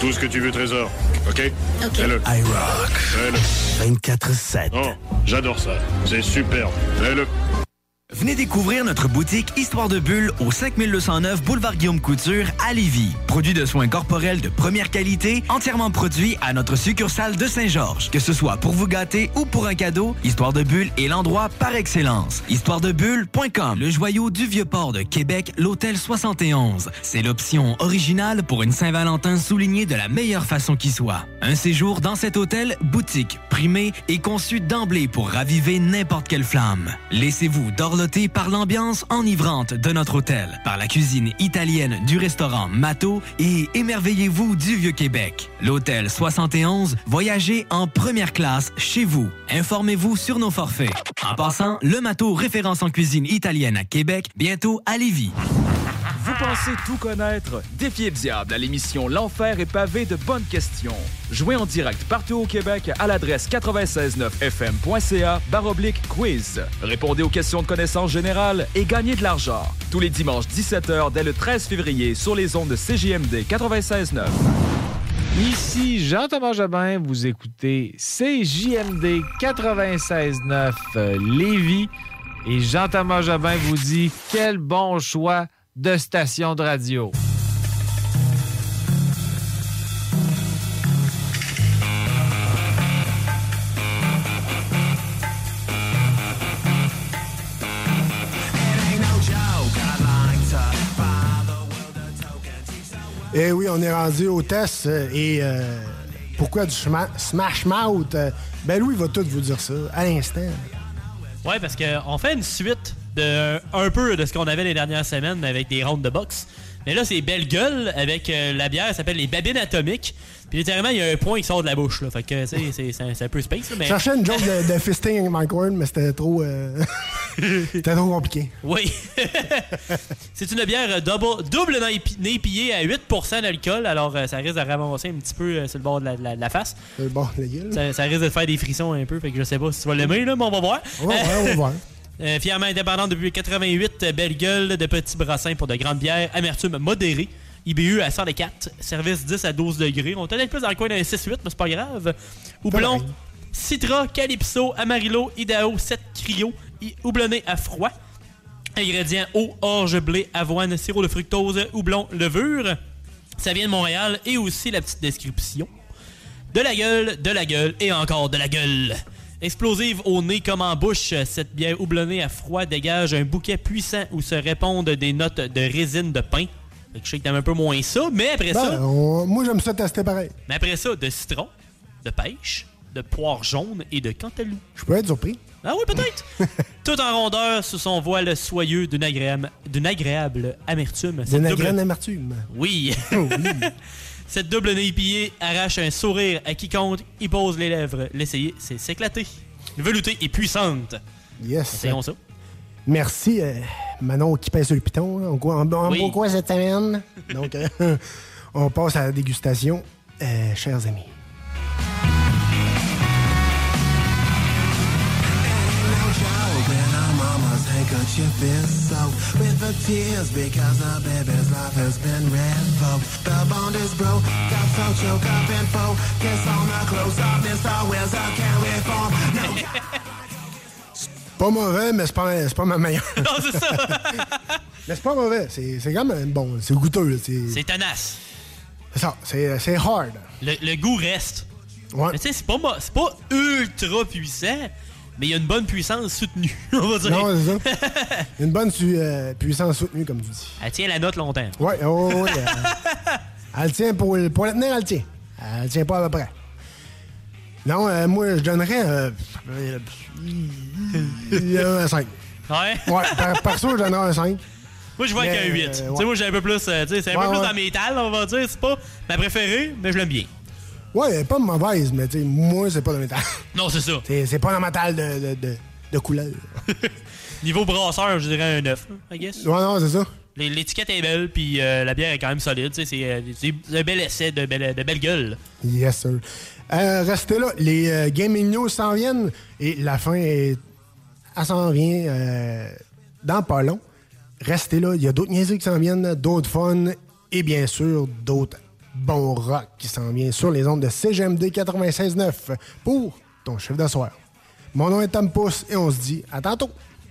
Tout ce que tu veux, Trésor. OK? OK. Fais-le. iRock. Fais-le. 24/7. Oh, j'adore ça. C'est superbe. Fais-le. Venez découvrir notre boutique Histoire de Bulle au 5209 Boulevard Guillaume Couture à Lévis. Produit de soins corporels de première qualité, entièrement produit à notre succursale de Saint-Georges. Que ce soit pour vous gâter ou pour un cadeau, Histoire de Bulle est l'endroit par excellence. Histoiredebulle.com. Le joyau du Vieux-Port de Québec, l'Hôtel 71. C'est l'option originale pour une Saint-Valentin soulignée de la meilleure façon qui soit. Un séjour dans cet hôtel, boutique, primé et conçu d'emblée pour raviver n'importe quelle flamme. Laissez-vous dorloter par l'ambiance enivrante de notre hôtel, par la cuisine italienne du restaurant Mato et émerveillez-vous du Vieux-Québec. L'Hôtel 71, voyagez en première classe chez vous. Informez-vous sur nos forfaits. En passant, le Mato, référence en cuisine italienne à Québec, bientôt à Lévis. Vous pensez tout connaître? Défiez le diable à l'émission L'Enfer est pavé de bonnes questions. Jouez en direct partout au Québec à l'adresse 969fm.ca/quiz. Répondez aux questions de connaissances générales et gagnez de l'argent. Tous les dimanches 17h dès le 13 février sur les ondes de CJMD 96.9. Ici Jean-Thomas Jobin, vous écoutez CJMD 96.9 Lévis. Et Jean-Thomas Jobin vous dit quel bon choix de station de radio. Eh oui, on est rendu au test et pourquoi du Smash Mouth? Ben Louis va tout vous dire ça à l'instant. Ouais, parce qu'on fait une suite de un peu de ce qu'on avait les dernières semaines avec des rounds de boxe. Mais là, c'est Belle Gueule avec la bière, ça s'appelle les babines atomiques. Puis littéralement, il y a un point qui sort de la bouche. Là. Fait que c'est un peu space. Là, mais... Je cherchais une joke de fisting avec Mike Ward, mais c'était trop... c'était trop compliqué. Oui. C'est une bière double IPA à 8% d'alcool. Alors, ça risque de ramasser un petit peu sur le bord de la face. Le bord de la gueule. Ça risque de faire des frissons un peu. Fait que je sais pas si tu vas l'aimer, là, mais on va voir. On va voir. Fièrement indépendante depuis 88, Belle Gueule de petits brassins pour de grandes bières, amertume modérée, IBU à 104, service 10 à 12 degrés. On est peut-être plus dans le coin d'un 6-8, mais c'est pas grave. Houblon, Citra, Calypso, Amarillo, Idaho, 7 Cryo, houblonné à froid. Ingrédients eau, orge, blé, avoine, sirop de fructose, houblon, levure. Ça vient de Montréal et aussi la petite description. De la gueule et encore de la gueule. Explosive au nez comme en bouche, cette bière houblonnée à froid dégage un bouquet puissant où se répondent des notes de résine de pain. Fait que je sais que t'aimes un peu moins ça, mais après ça... Moi, j'aime ça tester pareil. Mais après ça, de citron, de pêche, de poire jaune et de cantaloupe. Je peux être surpris. Ah oui, peut-être. Tout en rondeur sous son voile soyeux d'une agréable amertume. D'une agréable amertume. Oui. Oh, oui. Cette double IPA arrache un sourire à quiconque y pose les lèvres. L'essayer, c'est s'éclater. Veloutée et puissante. Yes. Essayons ça. Merci, Manon qui pèse sur le piton. On boit quoi cette semaine? Donc, on passe à la dégustation, chers amis. Handkerchief is soaked with the tears because the baby's life has been revoked. The bond is broke, got so choked up and focus on the close-up. Mr. Wizard can't reform. C'est pas mauvais, mais c'est pas ma meilleure. Non, c'est ça. Mais c'est pas mauvais. C'est quand même bon. C'est goûteux. C'est tenace. C'est ça. C'est hard. Le goût reste. Ouais. Mais tu sais, c'est pas ultra puissant. Mais il y a une bonne puissance soutenue, on va dire. Non, c'est ça. Une bonne puissance soutenue, comme tu dis. Elle tient la note longtemps. Ouais, ouais. Elle tient pour la tenir, elle tient. Elle tient pas à peu près. Non, moi, je donnerais un 5. Ouais? Ouais, perso, je donnerais un 5. Moi, je vois qu'un 8. Tu sais, moi, j'ai un peu plus... c'est un peu plus dans métal, on va dire. C'est pas ma préférée, mais je l'aime bien. Ouais, elle est pas mauvaise, mais tu sais, moi, c'est pas de métal. Non, c'est ça. C'est pas un métal de couleur. Niveau brasseur, je dirais un 9, I guess. Ouais, non, c'est ça. L'étiquette est belle, puis la bière est quand même solide. C'est un bel essai de belle gueule. Yes, sir. Restez là. Les Gaming News s'en viennent et la fin, elle s'en vient dans pas long. Restez là. Il y a d'autres niaiseries qui s'en viennent, d'autres fun et bien sûr, d'autres bon rock qui s'en vient sur les ondes de CGMD 96.9 pour ton chiffre de soir. Mon nom est Tom Pousse et on se dit à tantôt.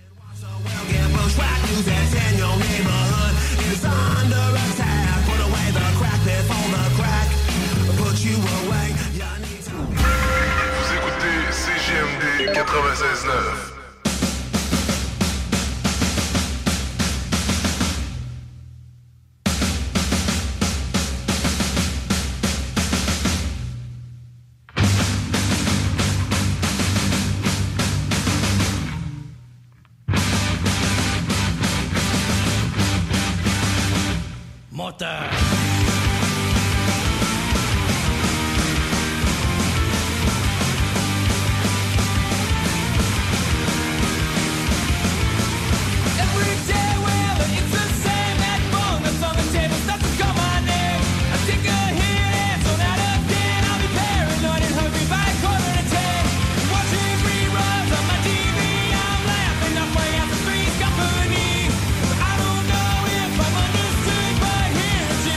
Vous écoutez CGMD 96.9. Moteur. Company. I don't know if I'm understood, but here it's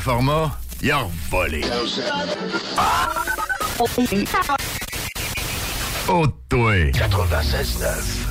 format, il a volé. Oh, toi. 96.9.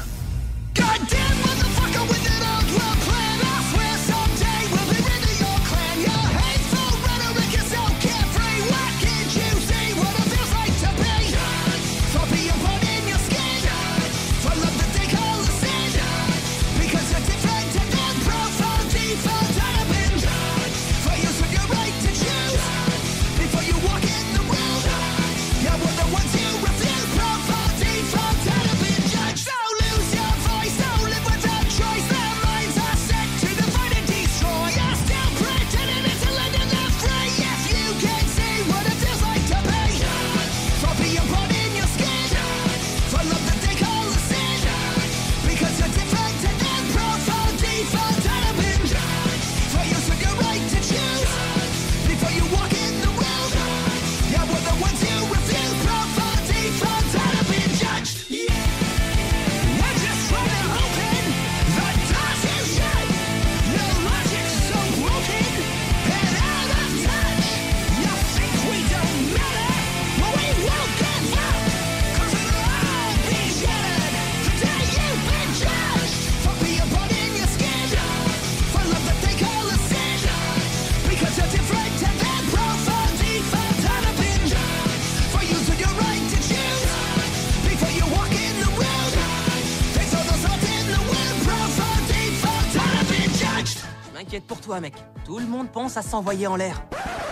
M'inquiète pour toi, mec. Tout le monde pense à s'envoyer en l'air.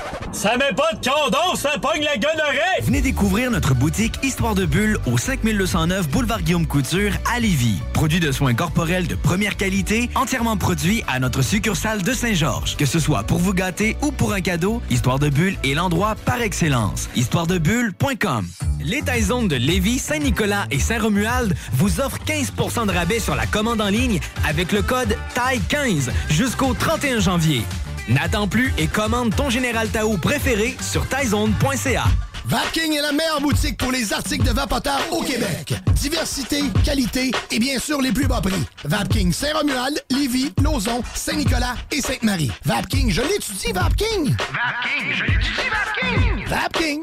Ça met pas de condom, ça pogne la gonorrhée! Venez découvrir notre boutique Histoire de Bulle au 5209 Boulevard Guillaume Couture à Lévis. Produit de soins corporels de première qualité, entièrement produit à notre succursale de Saint-Georges. Que ce soit pour vous gâter ou pour un cadeau, Histoire de Bulle est l'endroit par excellence. Histoiredebulle.com. Les Taizones de Lévis, Saint-Nicolas et Saint-Romuald vous offrent 15 % de rabais sur la commande en ligne avec le code TAI15 jusqu'au 31 janvier. N'attends plus et commande ton Général Tao préféré sur taizone.ca. Vapking est la meilleure boutique pour les articles de vapoteurs au Québec. Diversité, qualité et bien sûr les plus bas prix. Vapking Saint-Romuald, Lévis, Lauson, Saint-Nicolas et Sainte-Marie. Vapking, je l'étudie, Vapking! Vapking, je l'étudie, Vapking! Vapking!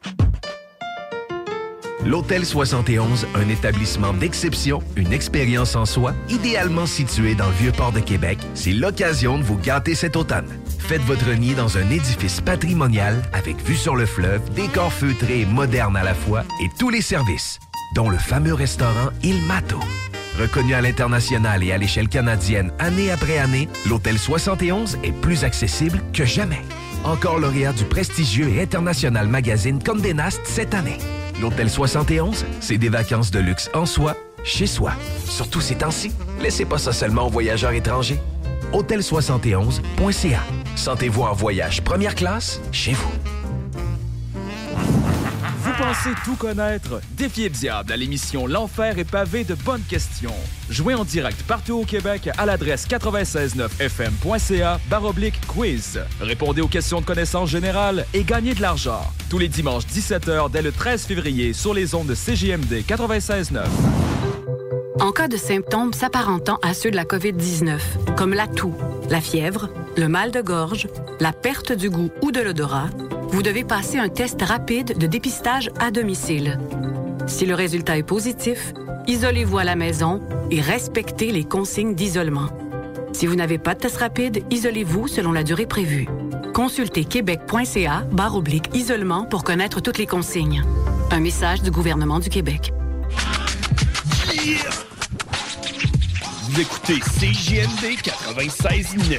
L'Hôtel 71, un établissement d'exception, une expérience en soi, idéalement situé dans le Vieux-Port de Québec, c'est l'occasion de vous gâter cet automne. Faites votre nid dans un édifice patrimonial avec vue sur le fleuve, décor feutré et moderne à la fois et tous les services, dont le fameux restaurant Il Mato. Reconnu à l'international et à l'échelle canadienne année après année, l'Hôtel 71 est plus accessible que jamais. Encore lauréat du prestigieux et international magazine Condé Nast cette année. L'Hôtel 71, c'est des vacances de luxe en soi, chez soi. Surtout ces temps-ci, laissez pas ça seulement aux voyageurs étrangers. Hôtel71.ca. Sentez-vous en voyage première classe chez vous. Vous pensez tout connaître? Défiez le diable à l'émission L'Enfer est pavé de bonnes questions. Jouez en direct partout au Québec à l'adresse 969fm.ca/quiz. Répondez aux questions de connaissances générales et gagnez de l'argent. Tous les dimanches 17h dès le 13 février sur les ondes de CJMD 96.9. En cas de symptômes s'apparentant à ceux de la COVID-19, comme la toux, la fièvre, le mal de gorge, la perte du goût ou de l'odorat, vous devez passer un test rapide de dépistage à domicile. Si le résultat est positif, isolez-vous à la maison et respectez les consignes d'isolement. Si vous n'avez pas de test rapide, isolez-vous selon la durée prévue. Consultez québec.ca/isolement pour connaître toutes les consignes. Un message du gouvernement du Québec. Yeah! Vous écoutez CJMD 96.9.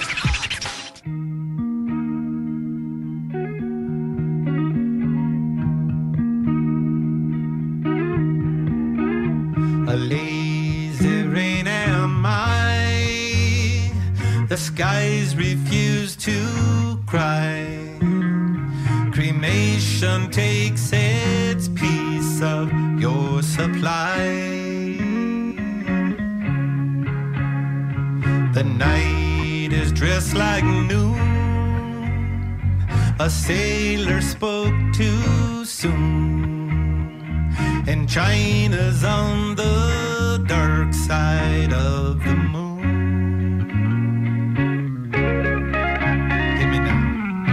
A lazy rain am I. The skies refuse to cry. Cremation takes its piece of your supply. The night is dressed like noon. A sailor spoke too soon. And China's on the dark side of the moon. Give me now.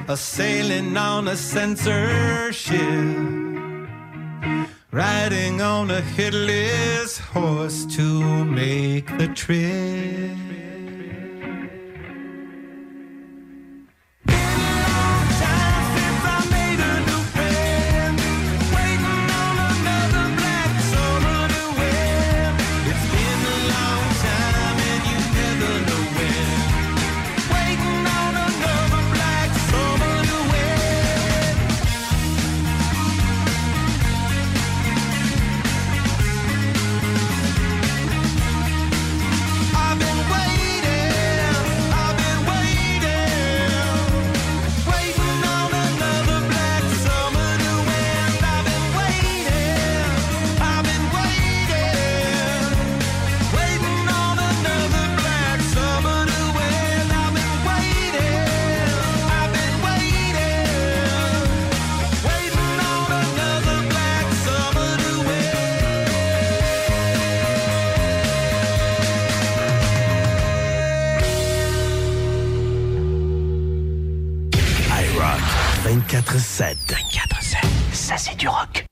sailing on a censorship, riding on a headless horse to make the trip. Ça, c'est du rock.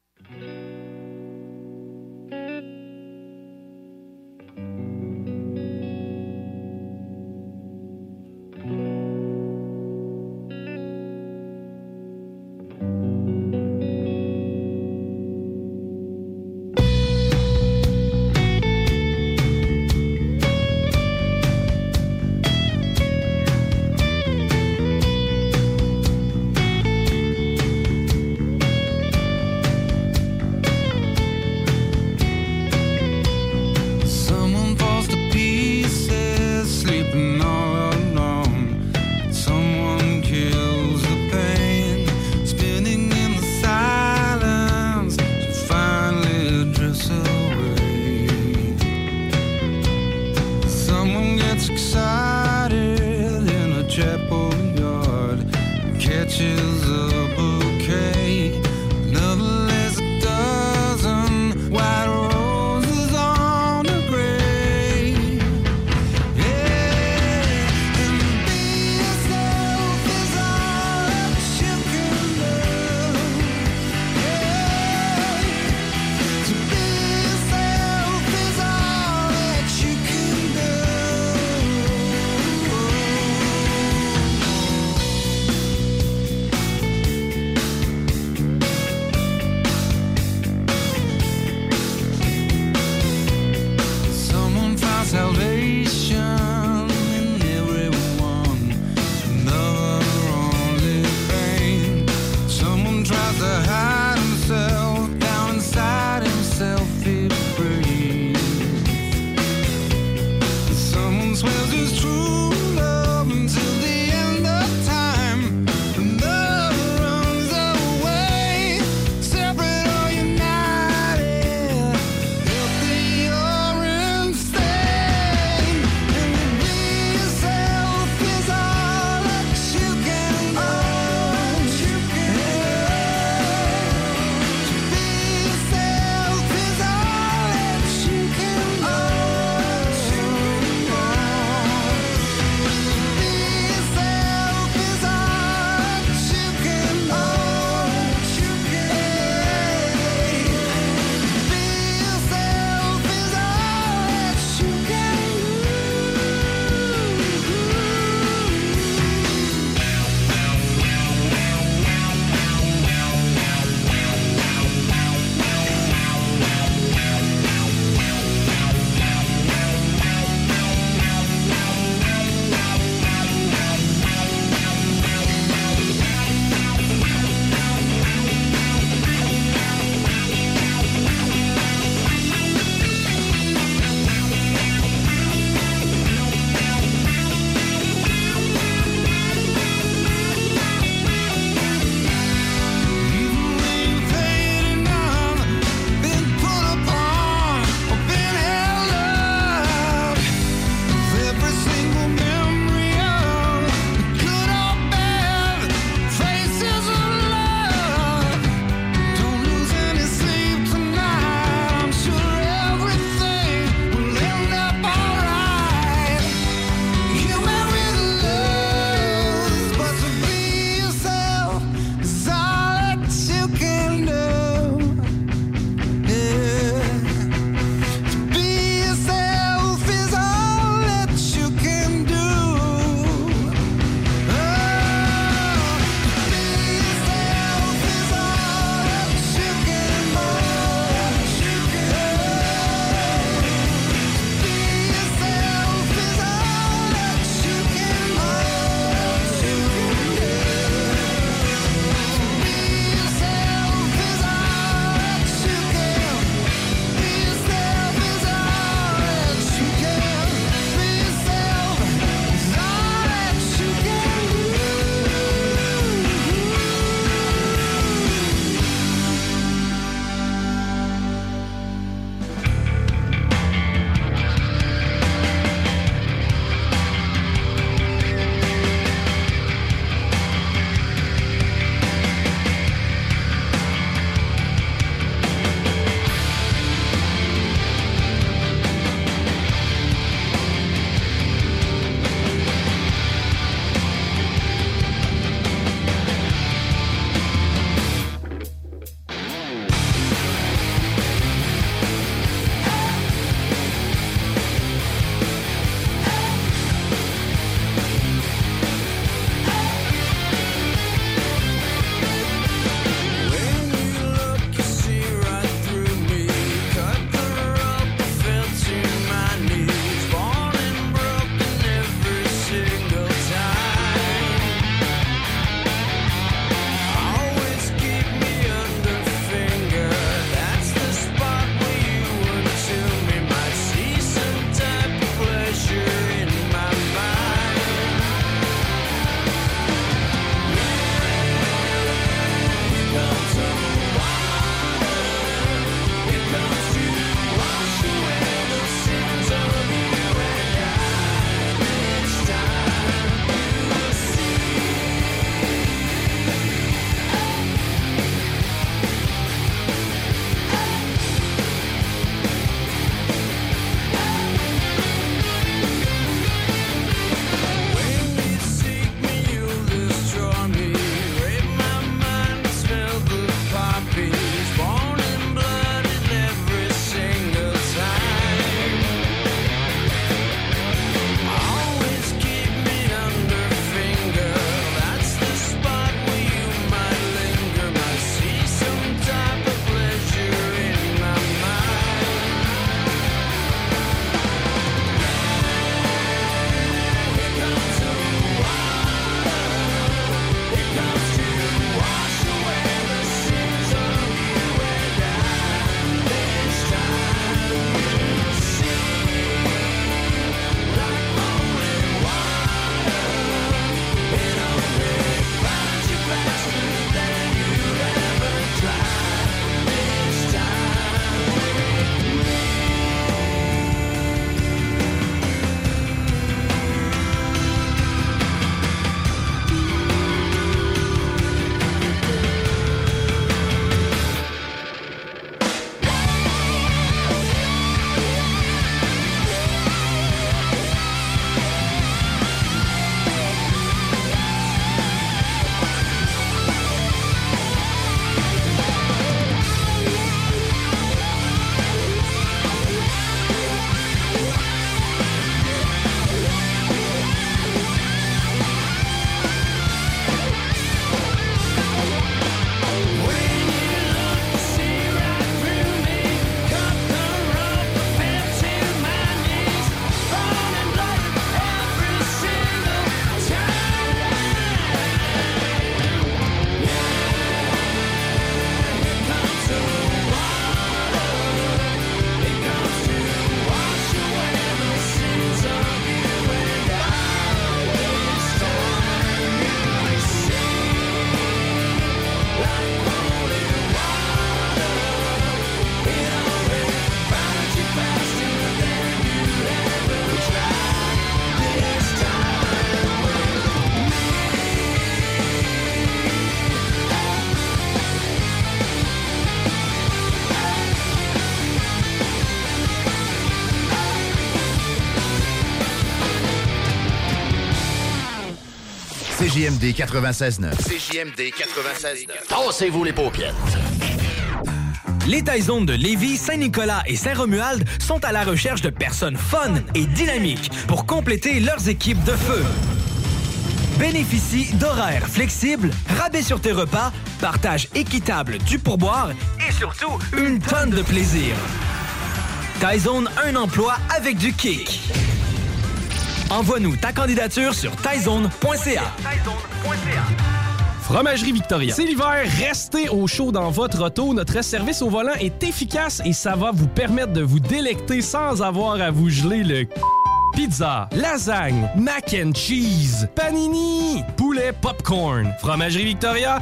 CJMD 96.9. CJMD 96.9. Tassez-vous les paupières. Les Taizones de Lévis, Saint-Nicolas et Saint-Romuald sont à la recherche de personnes fun et dynamiques pour compléter leurs équipes de feu. Bénéficie d'horaires flexibles, rabais sur tes repas, partage équitable du pourboire et surtout une tonne de plaisir. Taizone, un emploi avec du kick. Envoie-nous ta candidature sur taizone.ca. Fromagerie Victoria. C'est l'hiver, restez au chaud dans votre auto. Notre service au volant est efficace et ça va vous permettre de vous délecter sans avoir à vous geler le pizza, lasagne, mac and cheese, panini, poulet popcorn. Fromagerie Victoria,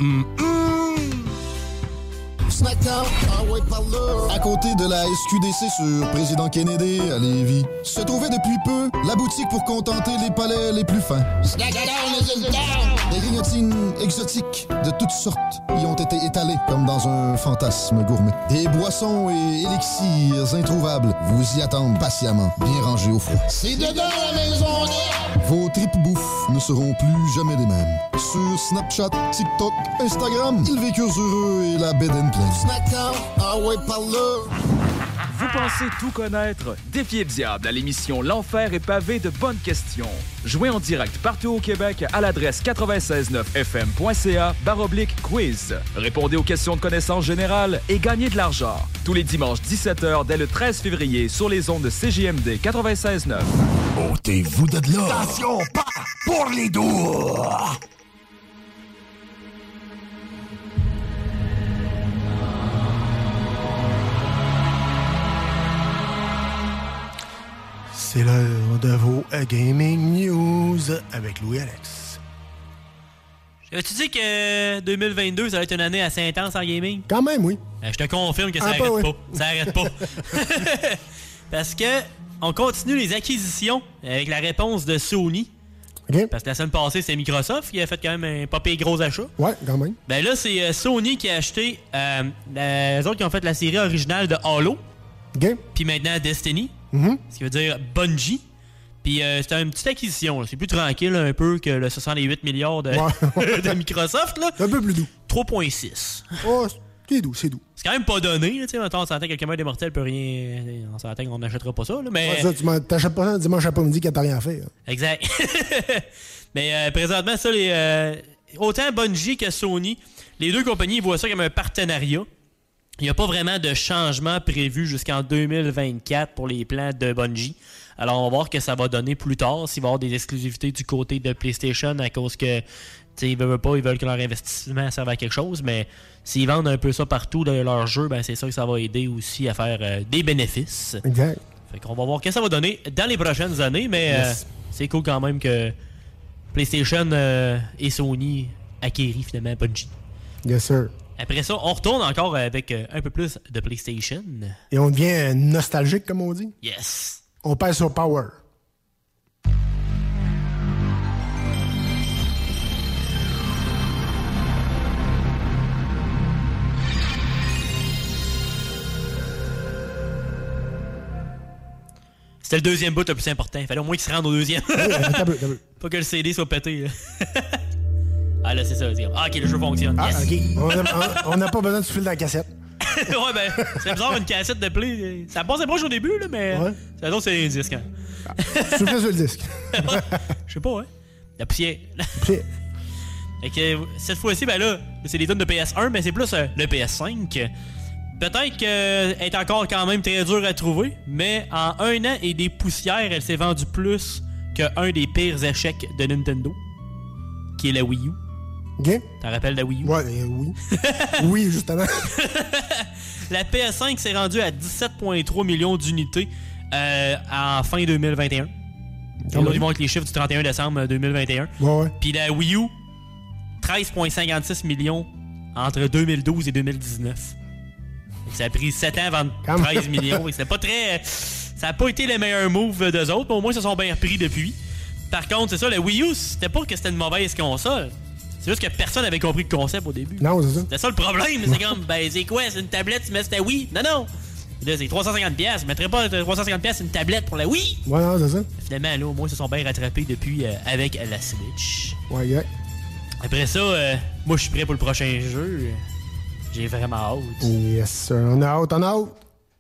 Snackdown, à côté de la SQDC sur Président Kennedy à Lévis, se trouvait depuis peu la boutique pour contenter les palais les plus fins. Des grignotines exotiques de toutes sortes y ont été étalées comme dans un fantasme gourmet. Des boissons et élixirs introuvables vous y attendent patiemment, bien rangés au froid. C'est dedans la maison! Vos tripes bouffe ne seront plus jamais les mêmes. Sur Snapchat, TikTok, Instagram, ils vécurent heureux et la bed and pleine. Vous pensez tout connaître? Défiez le diable à l'émission L'Enfer est pavé de bonnes questions. Jouez en direct partout au Québec à l'adresse 969fm.ca/quiz. Répondez aux questions de connaissances générales et gagnez de l'argent. Tous les dimanches 17h dès le 13 février sur les ondes de CJMD 96.9. Ôtez-vous de là! Attention, pas pour les doux! C'est l'heure de vos Gaming News avec Louis-Alex. Avais-tu dit que 2022, ça va être une année assez intense en gaming? Quand même, oui. Je te confirme que ça arrête pas. Ça arrête pas. Parce que on continue les acquisitions avec la réponse de Sony. Okay. Parce que la semaine passée, c'est Microsoft qui a fait quand même un pas pire gros achat. Ouais, quand même. Ben là, c'est Sony qui a acheté les autres qui ont fait la série originale de Halo. Okay. Puis maintenant Destiny. Ce qui veut dire Bungie. Puis c'était une petite acquisition. Là. C'est plus tranquille un peu que le 68 milliards de, de Microsoft. Là. C'est un peu plus doux. 3,6. Oh, c'est doux, c'est doux. C'est quand même pas donné. Là, on s'entend que le commun des mortels peut rien... On s'entend qu'on n'achètera pas ça. Là, mais... Ouais, ça, tu t'achètes pas ça dimanche après-midi quand t'as rien à faire. Exact. Mais présentement, ça, autant Bungie que Sony, les deux compagnies voient ça comme un partenariat. Il n'y a pas vraiment de changement prévu jusqu'en 2024 pour les plans de Bungie. Alors, on va voir que ça va donner plus tard, s'il va y avoir des exclusivités du côté de PlayStation à cause que, ils veulent pas, ils veulent que leur investissement serve à quelque chose, mais s'ils vendent un peu ça partout dans leur jeu, ben c'est sûr que ça va aider aussi à faire des bénéfices. Exact. Fait qu'on va voir ce que ça va donner dans les prochaines années, mais c'est cool quand même que PlayStation et Sony acquérissent finalement Bungie. Yes, sir. Après ça, on retourne encore avec un peu plus de PlayStation. Et on devient nostalgique, comme on dit. Yes. On passe sur Power. C'était le deuxième bout le plus important. Il fallait au moins qu'il se rende au deuxième. T'as peu. Pas que le CD soit pété. Ah là, c'est ça. Ah, ok, le jeu fonctionne. Ah, yes. Ok. On n'a pas besoin de fil dans la cassette. Ouais, ben, c'est bizarre une cassette de play. Ça passait proche au début, là, mais. Ouais. C'est un disque. Hein. Tu fais sur le disque. Je sais pas, hein. La poussière. Et que cette fois-ci, ben là, c'est des tonnes de PS1, mais c'est plus le PS5. Peut-être qu'elle est encore quand même très dure à trouver, mais en 1 an et des poussières, elle s'est vendue plus qu'un des pires échecs de Nintendo, qui est la Wii U. OK. T'en rappelles la Wii U? Ouais, oui. Oui, justement. La PS5 s'est rendue à 17,3 millions d'unités en fin 2021. Ils vont avec les chiffres du 31 décembre 2021. Ouais. Puis la Wii U, 13,56 millions entre 2012 et 2019. Ça a pris 7 ans avant 13 millions. C'est pas très... Ça n'a pas été les meilleurs moves d'eux autres, mais au moins, ils se sont bien repris depuis. Par contre, c'est ça, la Wii U, c'était pas que c'était une mauvaise console. C'est juste que personne n'avait compris le concept au début. Non, c'est ça. C'était ça le problème. C'est comme, ben, c'est quoi? C'est une tablette, tu mets c'était Wii? Non. Là, c'est 350$. Je mettrais pas 350$ une tablette pour la Wii. Ouais, non, c'est ça. Finalement, là, au moins, ils se sont bien rattrapés depuis avec la Switch. Ouais, yeah. Après ça, moi, je suis prêt pour le prochain jeu. J'ai vraiment hâte. Yes, sir. On a hâte, on a hâte.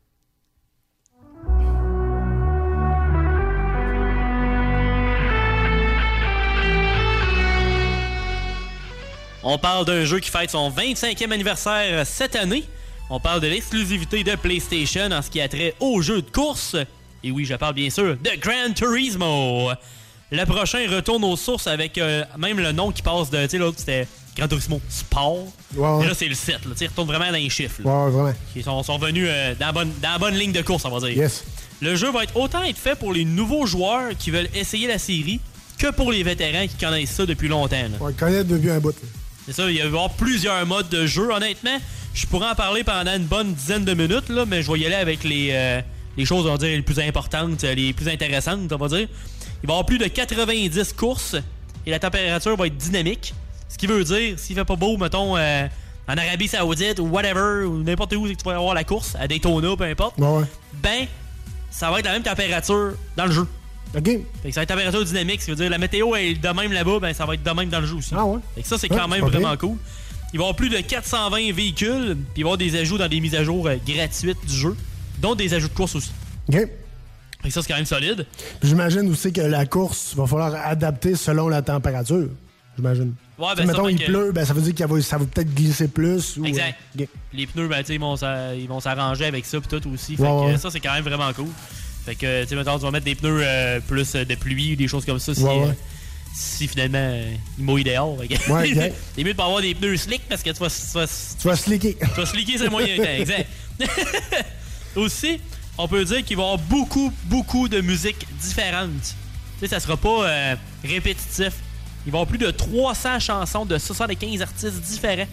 On parle d'un jeu qui fête son 25e anniversaire cette année. On parle de l'exclusivité de PlayStation en ce qui a trait aux jeux de course. Et oui, je parle bien sûr de Gran Turismo. Le prochain retourne aux sources avec même le nom qui passe de... Tu sais, l'autre, c'était Gran Turismo Sport. Ouais. Et là, c'est le 7. Là. Ils retournent vraiment dans les chiffres. Là. Ouais, vraiment. Ils sont venus dans la bonne ligne de course, on va dire. Yes. Le jeu va autant être fait pour les nouveaux joueurs qui veulent essayer la série que pour les vétérans qui connaissent ça depuis longtemps. Là. Ouais, connaître depuis un bout. Là. C'est ça, il va y avoir plusieurs modes de jeu. Honnêtement, je pourrais en parler pendant une bonne dizaine de minutes, là, mais je vais y aller avec les choses, on va dire, les plus importantes, les plus intéressantes, on va dire. Il va y avoir plus de 90 courses et la température va être dynamique. Ce qui veut dire, s'il fait pas beau, mettons, en Arabie Saoudite ou whatever, ou n'importe où que tu vas avoir la course, à Daytona, peu importe, ben, ça va être la même température dans le jeu. OK. Fait que ça va être température dynamique, ce qui veut dire la météo est de même là-bas, ben ça va être de même dans le jeu aussi. Ah ouais? Fait que ça, c'est quand même vraiment cool. Il va y avoir plus de 420 véhicules, puis il va y avoir des ajouts dans des mises à jour gratuites du jeu, dont des ajouts de course aussi. OK. Fait que ça, c'est quand même solide. Puis j'imagine aussi que la course va falloir adapter selon la température. J'imagine. Ouais, ben mettons, il que... pleut, ben ça veut dire que ça va peut-être glisser plus. Ou, exact. Okay. Les pneus, ben, ils vont s'arranger avec ça, puis tout aussi. Fait que ça, c'est quand même vraiment cool. Fait que, tu sais, mettons, tu vas mettre des pneus plus de pluie ou des choses comme ça si finalement il mouille dehors. Ouais, exact. C'est mieux de pas avoir des pneus slick parce que tu vas slicker. Tu vas slicker, c'est le moyen temps, exact. Aussi, on peut dire qu'il va y avoir beaucoup de musique différente. Tu sais, ça sera pas répétitif. Il va y avoir plus de 300 chansons de 75 artistes différents.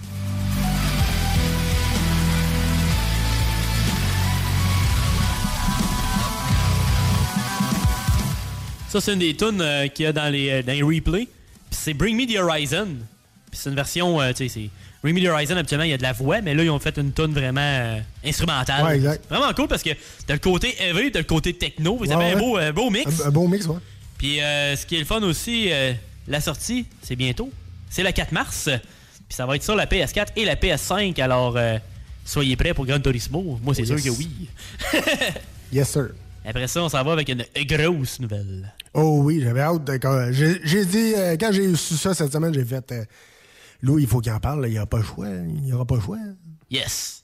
Ça, c'est une des tunes qu'il y a dans les replays. Puis c'est Bring Me the Horizon. Puis c'est une version, tu sais, c'est... Bring Me the Horizon, habituellement, il y a de la voix, mais là, ils ont fait une tune vraiment instrumentale. Ouais, exact. Vraiment cool parce que t'as le côté heavy, t'as le côté techno. Ça fait un beau mix. Un beau mix, ouais. Puis ce qui est le fun aussi, la sortie, c'est bientôt. C'est le 4 mars. Puis ça va être sur la PS4 et la PS5. Alors, soyez prêts pour Gran Turismo. Moi, c'est sûr que oui. Yes, sir. Après ça, on s'en va avec une grosse nouvelle. Oh oui, j'avais hâte. J'ai dit, quand j'ai su ça cette semaine, j'ai fait... Lou, il faut qu'il en parle. Là. Il n'y aura pas le choix. Il n'y aura pas le choix. Yes.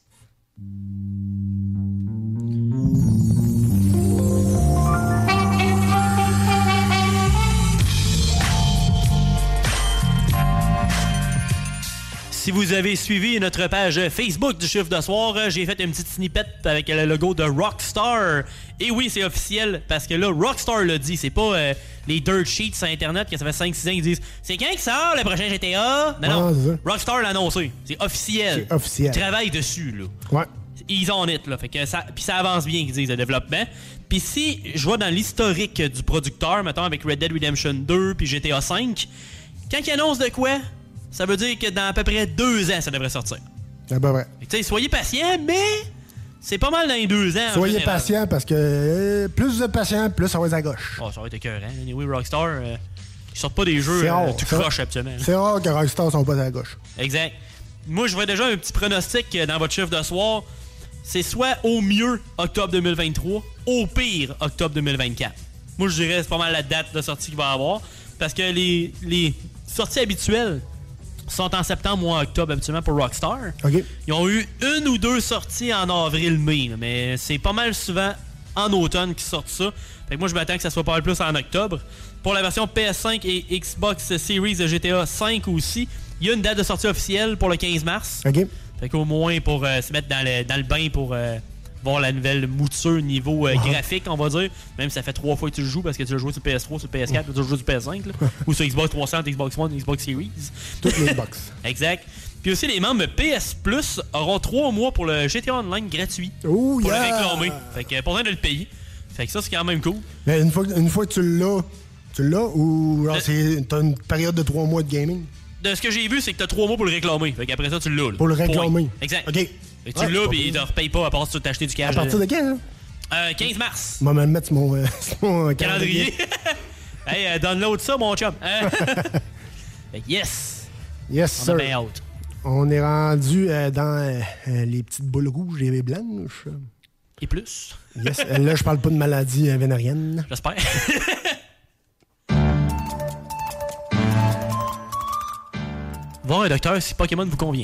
Si vous avez suivi notre page Facebook du Chiffre de Soir, j'ai fait une petite snippet avec le logo de Rockstar. Et oui, c'est officiel, parce que là, Rockstar l'a dit. C'est pas les dirt sheets sur Internet, que ça fait 5-6 ans qu'ils disent « C'est quand qui sort le prochain GTA? » Non, Rockstar l'a annoncé. C'est officiel. C'est officiel. Ils travaillent dessus, là. Ouais. Ils ont it, là. Fait que ça, puis ça avance bien, qu'ils disent, le développement. Puis si je vois dans l'historique du producteur, mettons, avec Red Dead Redemption 2 puis GTA 5, quand ils annoncent de quoi... Ça veut dire que dans à peu près 2 ans, ça devrait sortir. C'est pas vrai. Tu sais, soyez patient, mais c'est pas mal dans les 2 ans. Soyez patient parce que plus vous êtes patient, plus ça va être à gauche. Oh, ça va être écœurant. Anyway, Rockstar, ils sortent pas des jeux tout croche absolument. C'est rare que Rockstar sont pas à gauche. Exact. Moi, je vois déjà un petit pronostic dans votre chiffre de soir. C'est soit au mieux octobre 2023, au pire octobre 2024. Moi, je dirais c'est pas mal la date de sortie qu'il va y avoir. Parce que les sorties habituelles sont en septembre ou en octobre habituellement pour Rockstar. Okay. Ils ont eu 1 ou 2 sorties en avril-mai, mais c'est pas mal souvent en automne qu'ils sortent ça. Fait que moi, je m'attends que ça soit pas mal plus en octobre. Pour la version PS5 et Xbox Series de GTA 5 aussi, il y a une date de sortie officielle pour le 15 mars. OK. Fait qu'au moins pour se mettre dans le bain pour voir la nouvelle mouture niveau graphique, on va dire. Même si ça fait 3 fois que tu le joues parce que tu as joué sur PS3, sur PS4, tu as joué sur PS5, là, ou sur Xbox 300, Xbox One, Xbox Series. Toutes les Xbox. Exact. Puis aussi, les membres PS Plus auront 3 mois pour le GTA Online gratuit. Oh, pour le réclamer. Fait que pas besoin de le payer. Fait que ça, c'est quand même cool. Mais une fois que tu l'as ou t'as une période de 3 mois de gaming? de ce que j'ai vu, c'est que t'as 3 mois pour le récréclamer. Fait qu'après ça, tu l'as. Pour le réclamer. Exact. OK. Fait que tu l'as, puis il te repayes pas à part si tu t'as acheté du cash. À partir de quand, hein? 15 mars. On va me le mettre sur mon Calendrier. Hey, download ça, mon chum. Fait que yes. Yes, on sir. a bien hâte. On est rendu dans les petites boules rouges et blanches. Et plus. Yes. Là, je parle pas de maladie vénérienne. J'espère. Voir un docteur si Pokémon vous convient.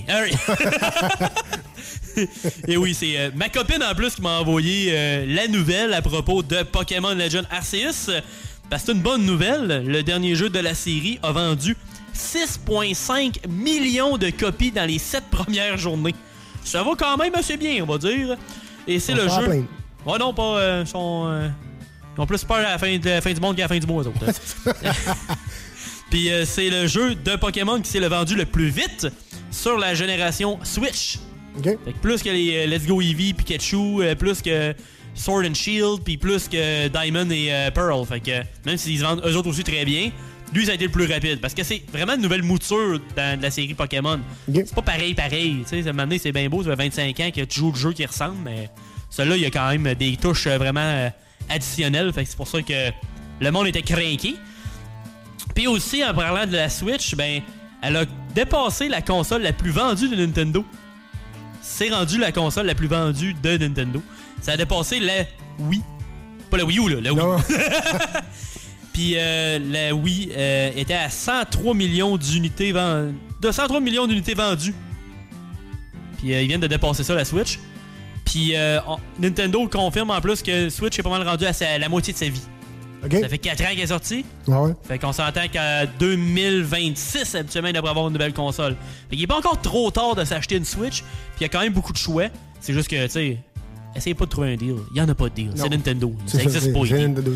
Et oui, c'est ma copine en plus qui m'a envoyé la nouvelle à propos de Pokémon Legend Arceus. Parce que c'est une bonne nouvelle. Le dernier jeu de la série a vendu 6,5 millions de copies dans les 7 premières journées. Ça va quand même assez bien, on va dire. Et c'est le jeu... Oh non, pas... ils ont plus peur à la fin du monde qu'à la fin du mois, eux autres. Puis c'est le jeu de Pokémon qui s'est le vendu le plus vite sur la génération Switch. Okay. Fait que plus que les Let's Go Eevee, Pikachu, plus que Sword and Shield, puis plus que Diamond et Pearl. Fait que même s'ils se vendent eux autres aussi très bien, lui ça a été le plus rapide. Parce que c'est vraiment une nouvelle mouture dans la série Pokémon. Okay. C'est pas pareil. Tu sais, maintenant c'est bien beau, ça fait 25 ans que tu joues le jeu qui ressemble, mais celui-là, il y a quand même des touches vraiment additionnelles. Fait que c'est pour ça que le monde était craqué. Puis aussi, en parlant de la Switch, ben, elle a dépassé la console la plus vendue de Nintendo. C'est rendu la console la plus vendue de Nintendo. Ça a dépassé la Wii. Pas la Wii U, là, la Wii. Puis la Wii était à 103 millions d'unités vendues. 103 millions d'unités vendues. Puis ils viennent de dépasser ça, la Switch. Puis Nintendo confirme en plus que Switch est pas mal rendu à la moitié de sa vie. Okay. Ça fait 4 ans qu'elle est sortie. Ouais. Fait qu'on s'entend qu'à 2026, habituellement, il devrait avoir une nouvelle console. Fait qu'il est pas encore trop tard de s'acheter une Switch. Puis il y a quand même beaucoup de choix. C'est juste que, tu sais, essayez pas de trouver un deal. Il y en a pas de deal. C'est Nintendo. Ça existe pas.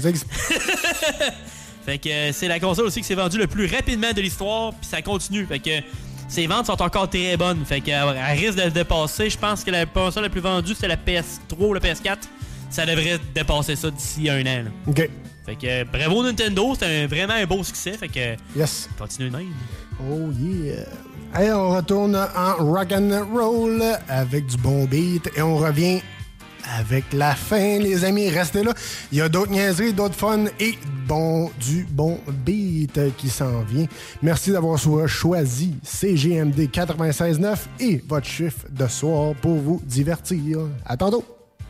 Fait que c'est la console aussi qui s'est vendue le plus rapidement de l'histoire. Puis ça continue. Fait que ses ventes sont encore très bonnes. Fait qu'elle risque de le dépasser. Je pense que la console la plus vendue, c'était la PS3 ou la PS4. Ça devrait dépasser ça d'ici un an. Là. OK. Fait que bravo Nintendo, c'était vraiment un beau succès. Fait que yes. Continue de même. Oh yeah. Hey, on retourne en rock'n'roll avec du bon beat et on revient avec la fin, les amis. Restez là. Il y a d'autres niaiseries, d'autres fun et du bon beat qui s'en vient. Merci d'avoir choisi CGMD 96.9 et votre chiffre de soir pour vous divertir. À tantôt.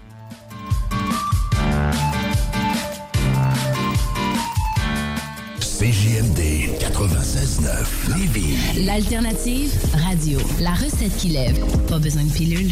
CJMD 96.9 Lévis. L'alternative radio. La recette qui lève. Pas besoin de pilule.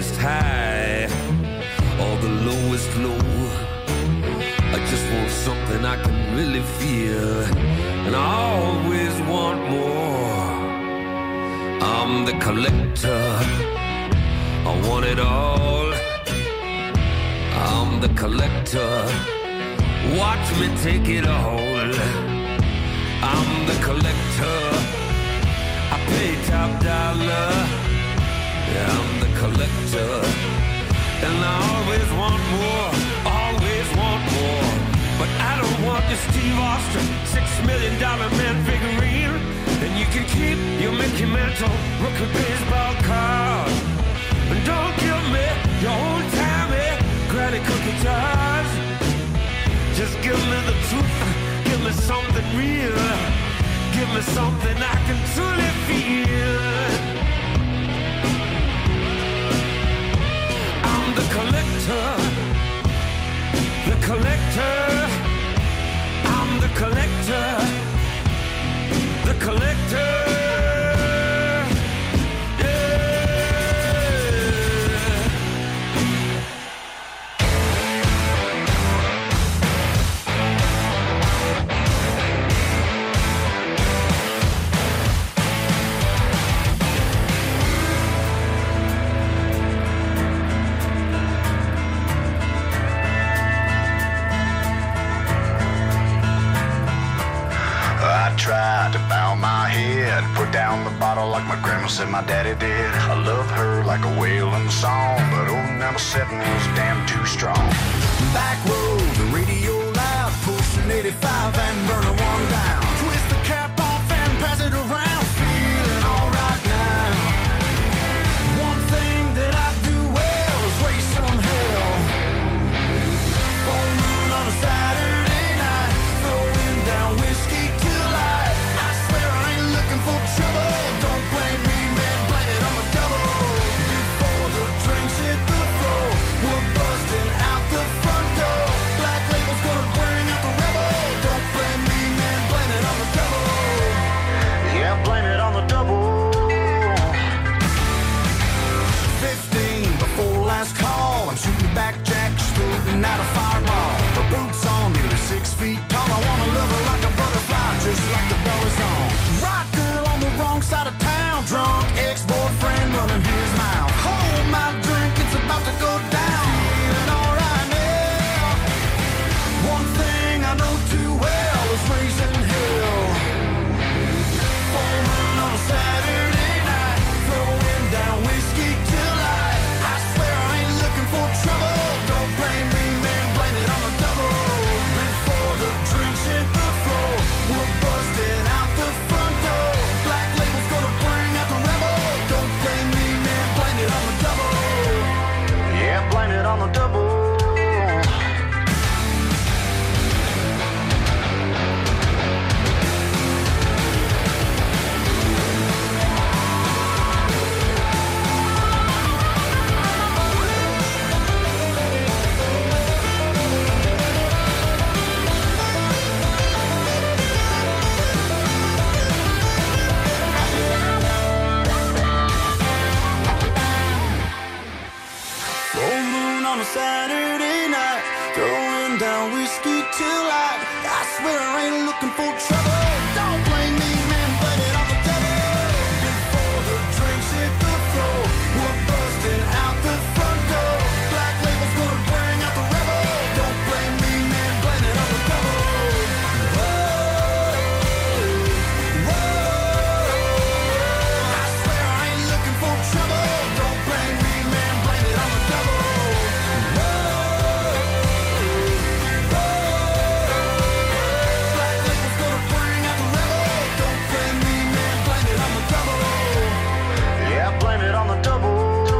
highest high or the lowest low. I just want something I can really feel, and I always want more. I'm the collector, I want it all. I'm the collector, watch me take it all. I'm the collector, I pay top dollar. Yeah, I'm the collector, and I always want more, always want more. But I don't want the Steve Austin $6 million man figurine. And you can keep your Mickey Mantle rookie baseball card. And don't give me your old-timey granny cookie jars. Just give me the truth, give me something real. Give me something I can truly feel. I'm the collector, the collector. I'm the collector, the collector. Tried to bow my head, put down the bottle like my grandma said my daddy did. I love her like a whale in the song, but oh, number 7 was damn too strong. Back road, the radio loud, push an 85 and burn a one down. Twist the cap off and pass it around, feeling alright now. One thing that I do well is raise some hell. Full moon on a Saturday night, throwing down whiskey till light. I swear I ain't looking for trouble. Don't blame me, man, blame it on the double. Before the drinks hit the floor, we're busting out the front door. Black label's gonna bring out the rebel. Don't blame me, man, blame it on the double. Yeah, blame it on the double. 15 before last call, I'm shooting back jacks, shooting out a fireball. Her boots on, nearly 6 feet tall. I wanna love her like a butterfly, just like the belly's on. Right girl on the wrong side of town, drunk ex-boyfriend running his mouth. Hold my drink, it's about to go down. Feeling alright now. One thing I know too well is raising hell. Full moon on a Saturday night, throwing down whiskey till light. I swear I ain't looking for trouble. Don't blame me, man, blame it on the double. Before the drinks hit the floor, we're busting out the front door. Black label's gonna bring out the rebel. Don't blame me, man, blame it on the double. Yeah, blame it on the double. Full moon on a Saturday night, throwing down whiskey till light. I swear I ain't looking for trouble. Don't blame me, man, blame it on the devil. Before the drinks hit the floor, we're busting out the front door. Black label's gonna bring out the rebel. Don't blame me, man, blame it on the devil. Whoa, whoa. I swear I ain't looking for trouble. Don't blame me, man, blame it on the devil. Black label's gonna bring out the rebel. Don't blame me, man, blame it on the double. Yeah, blame it on the double.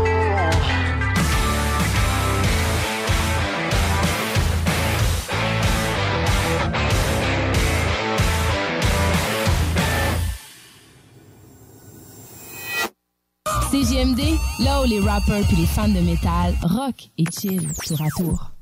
CJMD, là où les rappers puis les fans de métal rock et chill tour à tour.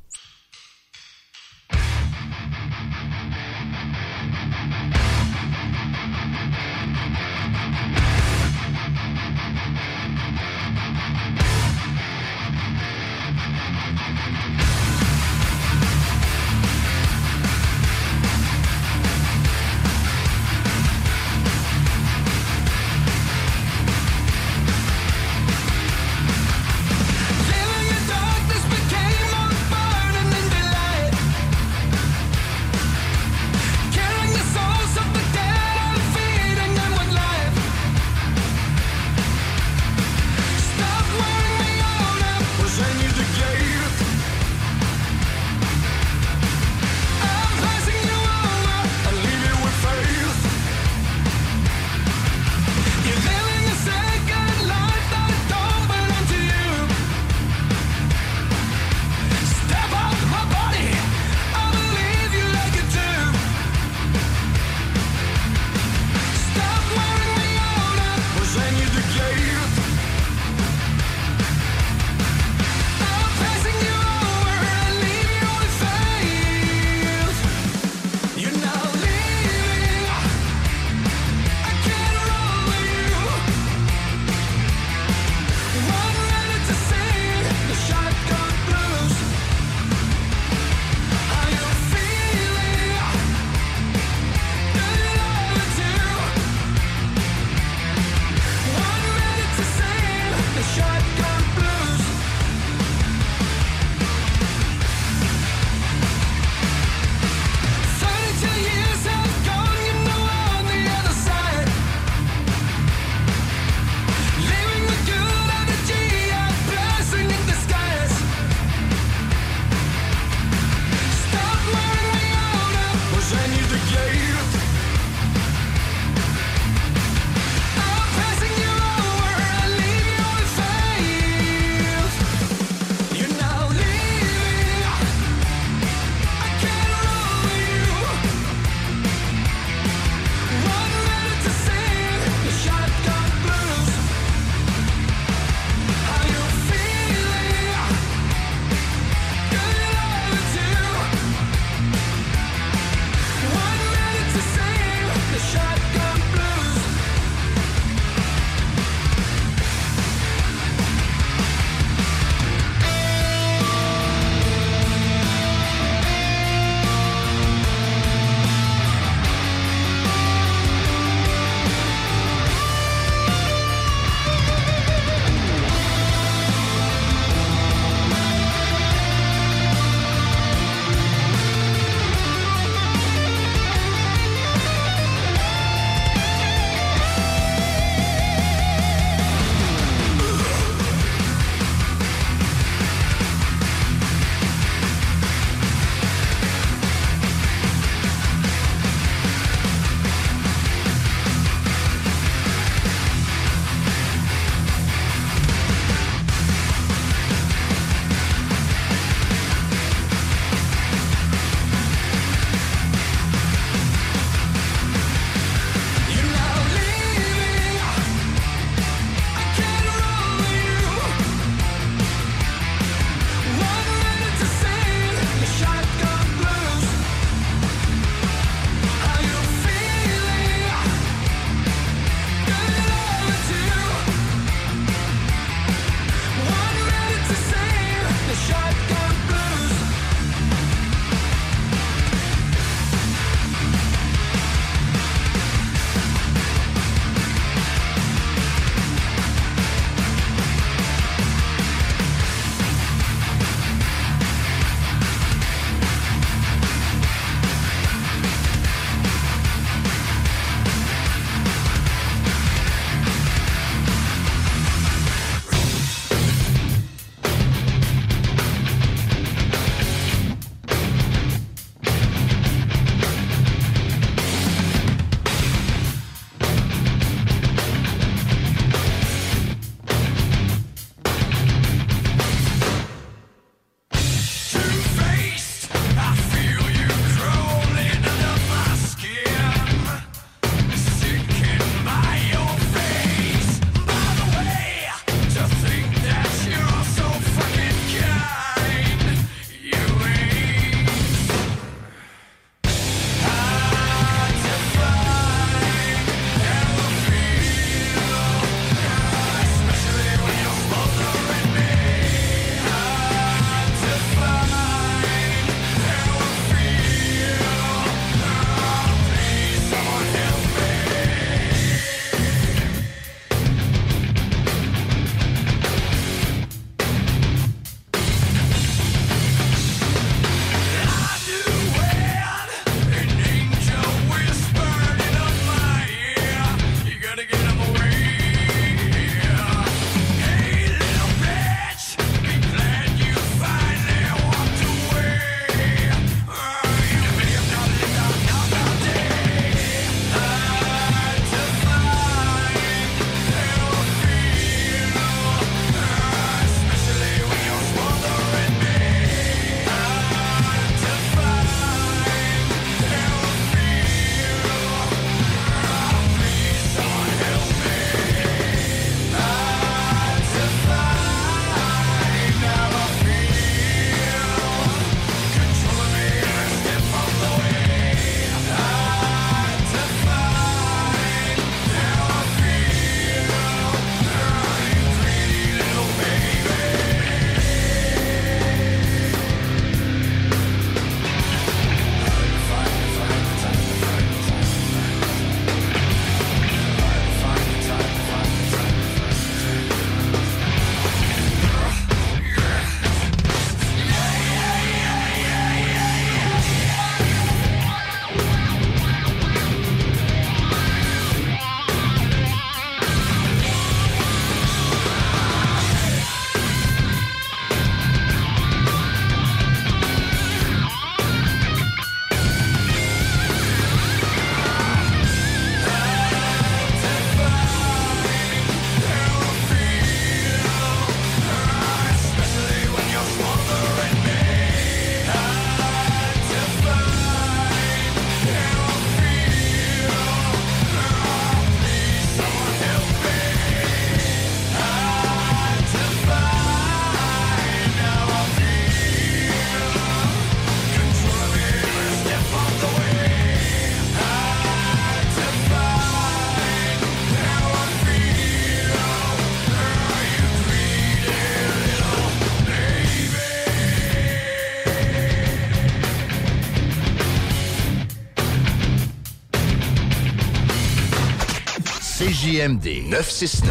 CJMD 969.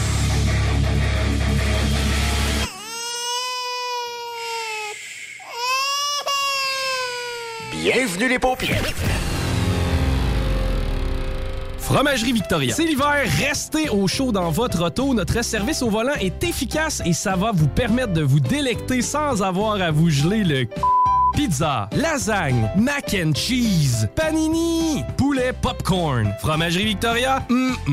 Bienvenue les paupières. Fromagerie Victoria. C'est l'hiver, restez au chaud dans votre auto. Notre service au volant est efficace et ça va vous permettre de vous délecter sans avoir à vous geler le pizza, lasagne, mac and cheese, panini, poulet popcorn. Fromagerie Victoria,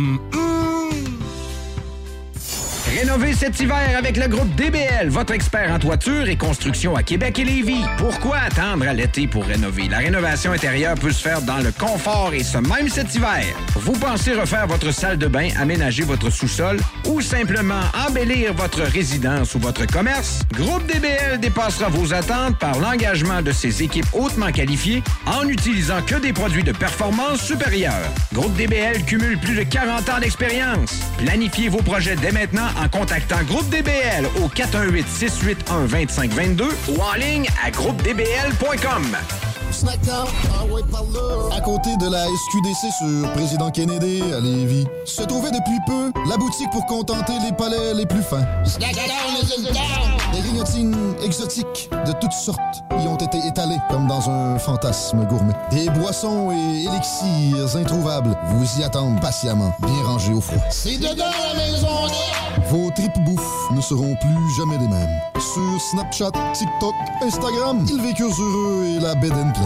Rénovez cet hiver avec le groupe DBL, votre expert en toiture et construction à Québec et Lévis. Pourquoi attendre à l'été pour rénover? La rénovation intérieure peut se faire dans le confort et ce même cet hiver. Vous pensez refaire votre salle de bain, aménager votre sous-sol ou simplement embellir votre résidence ou votre commerce? Groupe DBL dépassera vos attentes par l'engagement de ses équipes hautement qualifiées en n'utilisant que des produits de performance supérieure. Groupe DBL cumule plus de 40 ans d'expérience. Planifiez vos projets dès maintenant en contactant Groupe DBL au 418-681-2522 ou en ligne à groupedbl.com. À côté de la SQDC sur Président Kennedy à Lévis, se trouvait depuis peu la boutique pour contenter les palais les plus fins. Des grignotines exotiques de toutes sortes y ont été étalées comme dans un fantasme gourmet. Des boissons et élixirs introuvables vous y attendent patiemment, bien rangés au froid. C'est dedans la maison! Vos tripes bouffe ne seront plus jamais les mêmes. Sur Snapchat, TikTok, Instagram, ils vécurent heureux et la bed and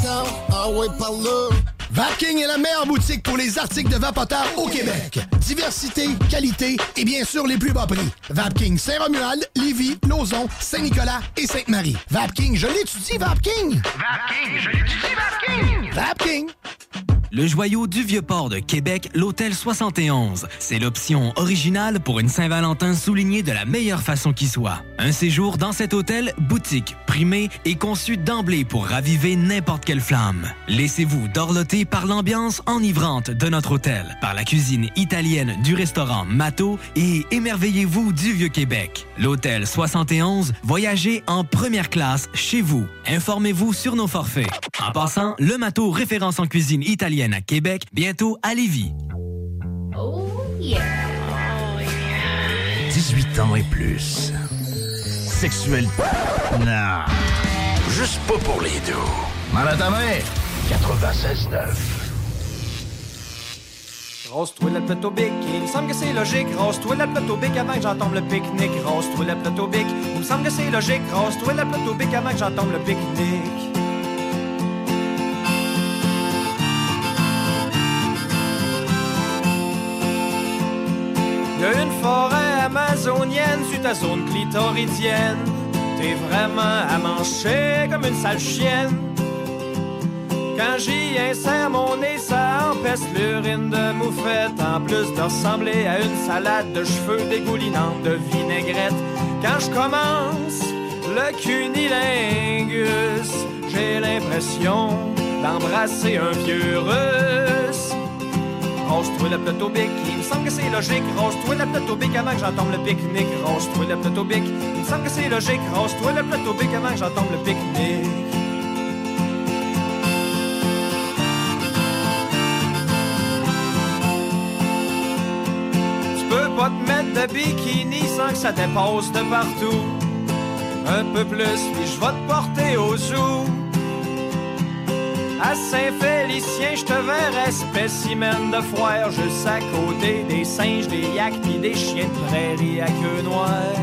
Vapking est la meilleure boutique pour les articles de vapoteurs au Québec. Diversité, qualité et bien sûr les plus bas prix. Vapking Saint-Romuald, Lévis, Lauson, Saint-Nicolas et Sainte-Marie. Vapking, je l'étudie, Vapking! Vapking, je l'étudie, Vapking! Vapking! Le joyau du Vieux-Port de Québec, l'Hôtel 71. C'est l'option originale pour une Saint-Valentin soulignée de la meilleure façon qui soit. Un séjour dans cet hôtel, boutique, primé et conçu d'emblée pour raviver n'importe quelle flamme. Laissez-vous dorloter par l'ambiance enivrante de notre hôtel, par la cuisine italienne du restaurant Mato et émerveillez-vous du Vieux-Québec. L'Hôtel 71, voyagez en première classe chez vous. Informez-vous sur nos forfaits. En passant, le Mato, référence en cuisine italienne à Québec, bientôt à Lévis. Oh yeah! 18 ans et plus. Sexuel. Non. Juste pas pour les deux. Mal à ta mère. 96.9. Rose-toi la plate au bic, il me semble que c'est logique. Rose-toi la plate au bic avant que j'entende le pique-nique. Rose-toi la plate au bic, il me semble que c'est logique. Rose-toi la plate au bic avant que j'entende le pique-nique. Y'a une forêt amazonienne sur ta zone clitoridienne. T'es vraiment à mancher comme une sale chienne. Quand j'y insère mon nez, ça empeste l'urine de moufette. En plus de ressembler à une salade de cheveux dégoulinante de vinaigrette. Quand je commence le cunilingus, j'ai l'impression d'embrasser un vieux russe. Rose-toi la plate au bic, il me semble que c'est logique. Rose-toi la plate au bic avant que j'entende le pique-nique. Rose-toi la plate au bic, il me semble que c'est logique. Rose-toi la plate au bic avant que j'entende le pique-nique. Tu peux pas te mettre de bikini sans que ça dépasse de partout. Un peu plus, puis je vais te porter au zoo. À Saint-Félicien, je te verrais spécimen de foire juste à côté des singes, des yaks pis des chiens de prairie à queue noire.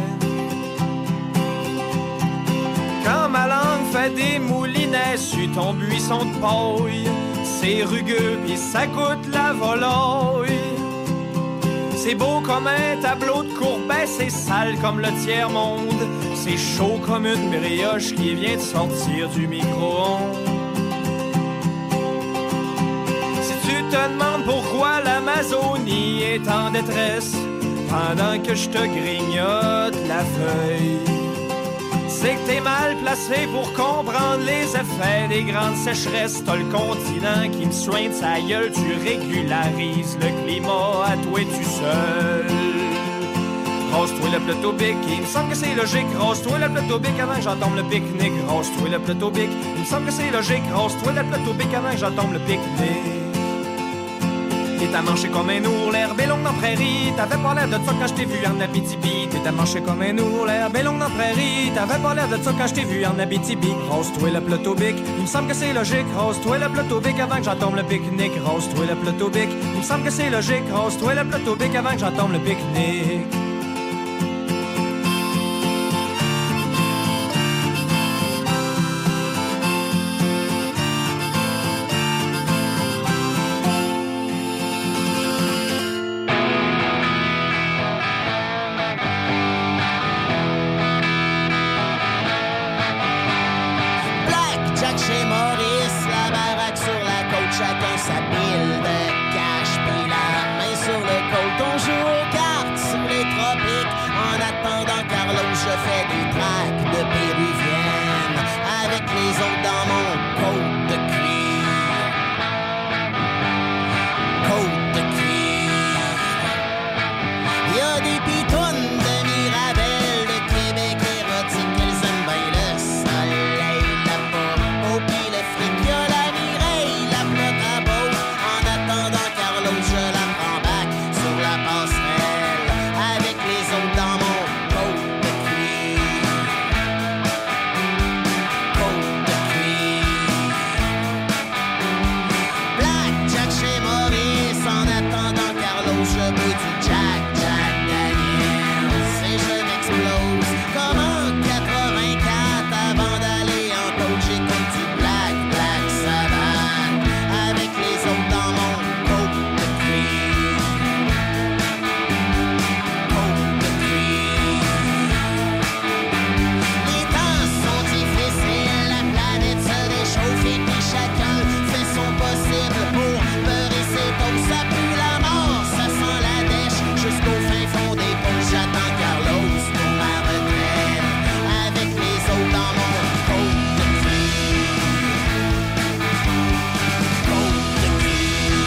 Quand ma langue fait des moulinets sur ton buisson de paille, c'est rugueux pis ça coûte la volaille. C'est beau comme un tableau de Courbet, c'est sale comme le tiers-monde. C'est chaud comme une brioche qui vient de sortir du micro-ondes. Tu te demandes pourquoi l'Amazonie est en détresse pendant que je te grignote la feuille. C'est que t'es mal placé pour comprendre les effets des grandes sécheresses. T'as le continent qui me soigne sa gueule, tu régularises le climat à toi tout seul. Rose-toi le plateau bic, il me semble que c'est logique. Rose-toi le plateau bic avant que j'entende le pique-nique. Rose-toi le plateau bic, il me semble que c'est logique. Rose-toi le plateau bic avant que j'entende le pique-nique. T'es manché comme un ours, l'herbe est longue dans la prairie. T'avais pas l'air de ça quand je t'ai vu en Abitibi. T'es manché comme un ours, l'herbe est longue dans la prairie. T'avais pas l'air de ça quand je t'ai vu en Abitibi. Rose-toi le plotobic, il me semble que c'est logique. Rose-toi le plotobic avant que j'entende le pique-nique. Rose-toi le plotobic, il me semble que c'est logique. Rose-toi le plotobic avant que j'entende le pique-nique. Chacun sa pile de cash, puis la main sur le côte. On joue aux cartes sous les tropiques. En attendant Carlos, je fais des tracks de péruvienne avec les autres dans mon côte de cuir. Côte de cuir. Y'a des pitounes de Mirabel, de Québec érotique. Elles aiment bien le soleil, la popo, puis le fric. Y'a la Mireille, la flotte à beau. En attendant Carlos, je la prends back sur la passerelle avec les autres dans mon côte de cuir. Côte de cuir. Black Jack chez Maurice. En attendant Carlos, je bois du Jack Daniels et je m'explose comme en 84. Avant d'aller en tôle, j'écoute du Black Sabbath avec les autres dans mon côte de cuir. Côte de cuir. Les temps sont difficiles, la planète se réchauffe et puis chacun fait son possible pour beurrer ses toasts. Ça pue la mort, ça sent la dèche jusqu'au fin fond des poches. J'attends Carlos pour ma retraite avec les autres dans mon côte de cuir. Côte de cuir.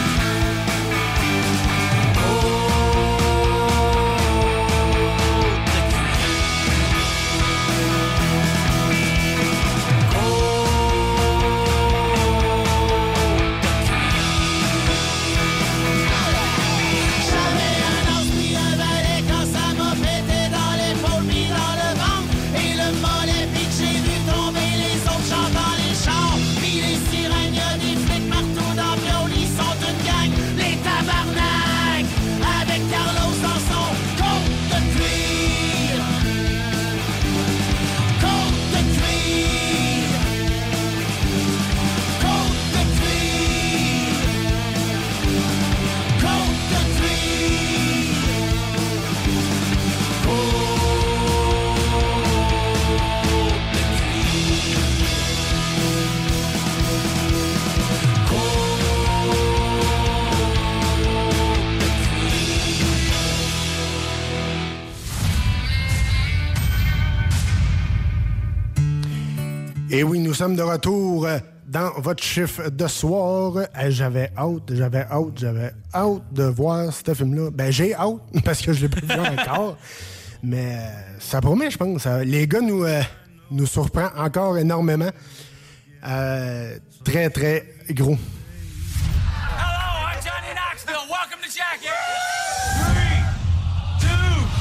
J'avais un os puis un balai quand ça m'a pété dans l'épaule puis dans le ventre et le mollet puis que j'ai vu tomber les autres gens dans les chars puis les sirènes, y'a des flics partout dans Viol, ils sont une gang, les tabarnak avec Carlos dans son côte de cuir. Côte de cuir. Côte de cuir. Côte de Et oui, nous sommes de retour dans votre chiffre de soir. J'avais hâte de voir ce film-là. Ben, j'ai hâte, parce que je l'ai pas vu encore. Mais ça promet, je pense. Les gars nous surprend encore énormément. Très, très gros. Hello, I'm Johnny Knoxville. Welcome to Jackass. 3, 2,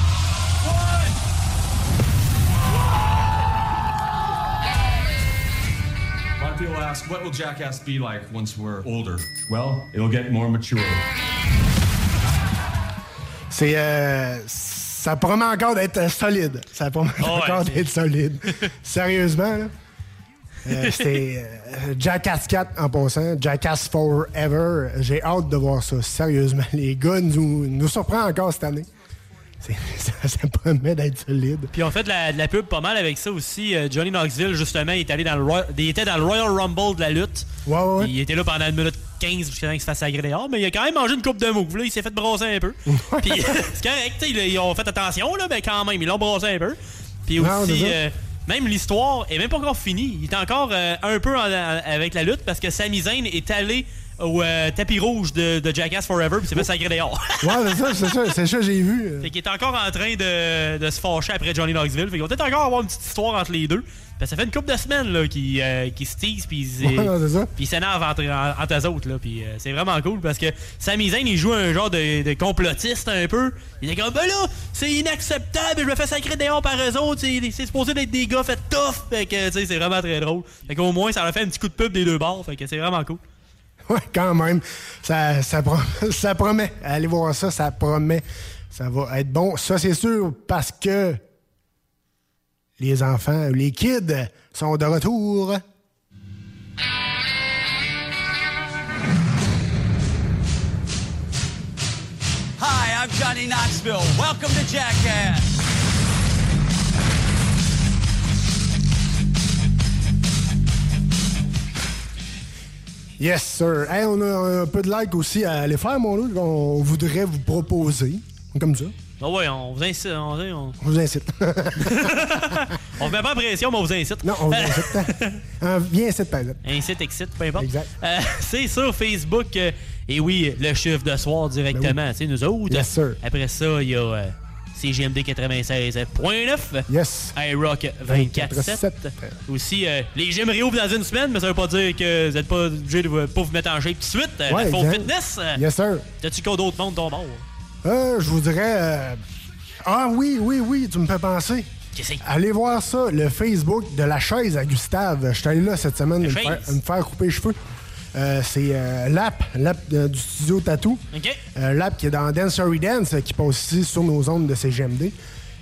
1. A lot of people ask, what will Jackass be like once we're older? Well, it'll get more mature. Ça promet encore d'être solide. Ça promet encore d'être solide. Sérieusement, là. C'était Jackass 4 en passant, Jackass Forever. J'ai hâte de voir ça. Sérieusement, les gars nous surprennent encore cette année. Ça promet d'être solide. Puis on fait de la pub pas mal avec ça aussi. Johnny Knoxville, justement, il était dans le Royal Rumble de la lutte. Ouais. Il était là pendant une minute 15 jusqu'à temps qu'il se fasse agréer dehors, mais il a quand même mangé une coupe de moves. Là, il s'est fait brasser un peu. Puis c'est correct, ils ont fait attention, là, mais quand même, ils l'ont brassé un peu. Puis aussi, même l'histoire est même pas encore finie. Il est encore un peu avec la lutte parce que Sami Zayn est allé au tapis rouge de Jackass Forever, puis s'est fait sacrer dehors. Ouais, c'est ça, j'ai vu. Fait qu'il est encore en train de se fâcher après Johnny Knoxville. Fait qu'ils vont peut-être encore avoir une petite histoire entre les deux. Puis ça fait une couple de semaines là, qui se teasent, puis ils s'énervent entre eux autres. Là, puis c'est vraiment cool parce que Sami Zayn, il joue un genre de complotiste un peu. Il est comme, ben là, c'est inacceptable, je me fais sacrer dehors par eux autres. C'est supposé d'être des gars fait tough. Fait que, tu sais, c'est vraiment très drôle. Fait qu'au moins, ça leur fait un petit coup de pub des deux bords. Fait que c'est vraiment cool. Ouais, quand même. Ça promet. Allez voir ça, ça promet. Ça va être bon. Ça, c'est sûr, parce que les enfants, les kids sont de retour. Hi, I'm Johnny Knoxville. Welcome to Jackass. Yes, sir. Hey, on a un peu de like aussi à aller faire, mon loup, qu'on voudrait vous proposer. Comme ça. Ah ouais, on vous incite. On vous incite. On vous met pas en pression, mais on vous incite. Non, on vous incite. Bien incite, par exemple. Incite, excite, peu importe. Exact. C'est sur Facebook. Et oui, le chiffre de soir directement. Ben oui. C'est nous autres. Yes, sir. Après ça, il y a CGMD 96.9. Yes. iRock 24.7. Aussi, les gyms réouvrent dans une semaine, mais ça veut pas dire que vous n'êtes pas obligé de pas vous mettre en shape tout de suite. Ouais, la Faux Fitness. Yes, sir. T'as-tu qu'au d'autres mondes ton bord? Je vous dirais... Ah oui, tu me fais penser. Qu'est-ce que c'est? Allez voir ça, le Facebook de la chaise à Gustave. Je suis allé là cette semaine me faire couper les cheveux. C'est l'app du studio Tattoo. Okay. L'app qui est dans Dance or Dance, qui passe aussi sur nos ondes de CGMD.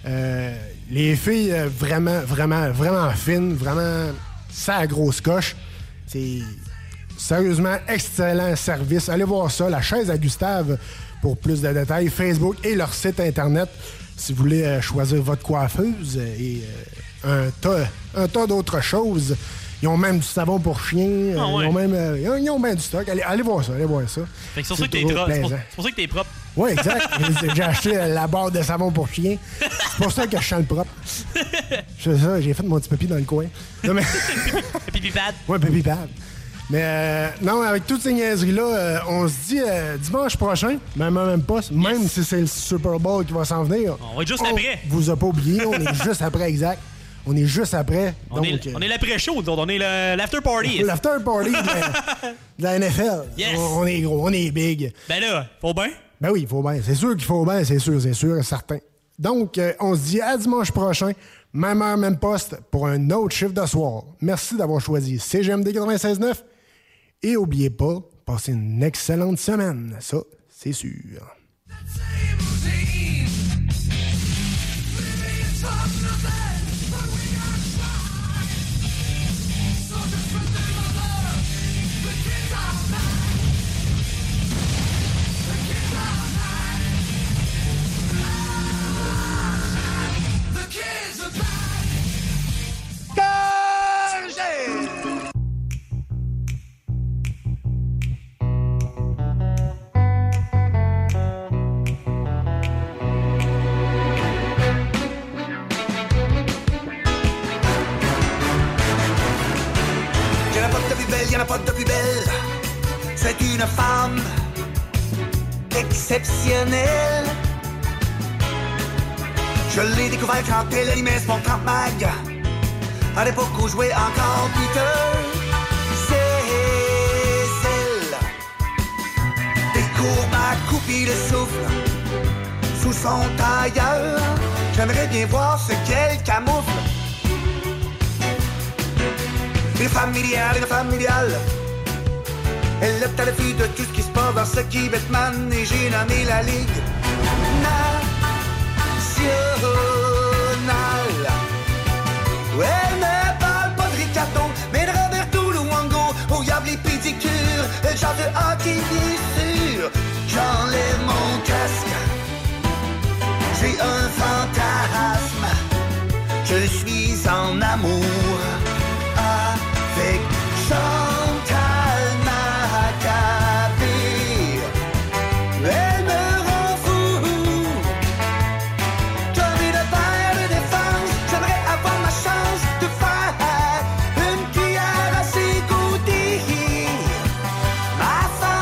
Les filles, vraiment, vraiment, vraiment fines, vraiment, ça à grosse coche. C'est sérieusement excellent service. Allez voir ça, la chaise à Gustave, pour plus de détails. Facebook et leur site Internet, si vous voulez choisir votre coiffeuse et un tas d'autres choses. Ils ont même du savon pour chien. Ah ouais. Ils ont même du stock. Allez voir ça, Fait que c'est pour ça que t'es propre. C'est pour ça que t'es propre. Oui, exact. J'ai acheté la barre de savon pour chien. C'est pour ça que je sens le propre. C'est ça, j'ai fait mon petit papi dans le coin. Non, mais... Pipi pad. Ouais, pipi pad. Mais non, avec toutes ces niaiseries-là, on se dit dimanche prochain, même pas, même si c'est le Super Bowl qui va s'en venir. On va être juste après. Vous a pas oublié, on est juste après, exact. On est juste après. On est l'après-show, on est l'after party. L'after party de la NFL. Yes. On est gros, on est big. Ben là, faut bien. Ben oui, il faut bien. C'est sûr qu'il faut bien, c'est sûr, certain. Donc, on se dit à dimanche prochain, même heure, même poste, pour un autre chiffre de soir. Merci d'avoir choisi CGMD 96.9. Et n'oubliez pas, passez une excellente semaine. Ça, c'est sûr. Y'en a pas de plus belle. C'est une femme exceptionnelle. Je l'ai découvert quand elle animait son 30 mag. À l'époque où jouait encore Peter. C'est celle des courbes à couper le souffle sous son tailleur. J'aimerais bien voir ce qu'elle camoufle. Une femme idéale. Elle est à la vue de tout ce qui se passe dans ce qui Batman et j'ai nommé la Ligue Nationale. Elle ne parle pas de Ricardo, mais de Roberto Luongo. Au diable les pédicures, elle chante de hockey bien sûr. J'enlève mon casque, j'ai un fantasme. Je suis en amour avec Chantal Macabé. Elle me rend fou. Comme une paire de défense, j'aimerais avoir ma chance de faire une cuillère à ses côtés. Ma femme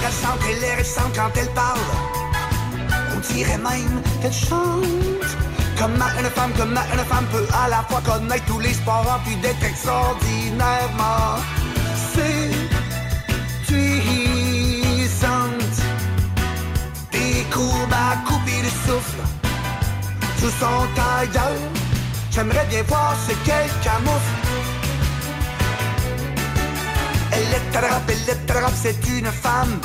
elle chante, elle est récente quand elle parle. On dirait même qu'elle chante. Comment une femme peut à la fois connaître tous les sports puis d'être extraordinairement séduisante. Des courbes à couper le souffle sous son tailleur. J'aimerais bien voir ce qu'elle camoufle. Elle est trappe, c'est une femme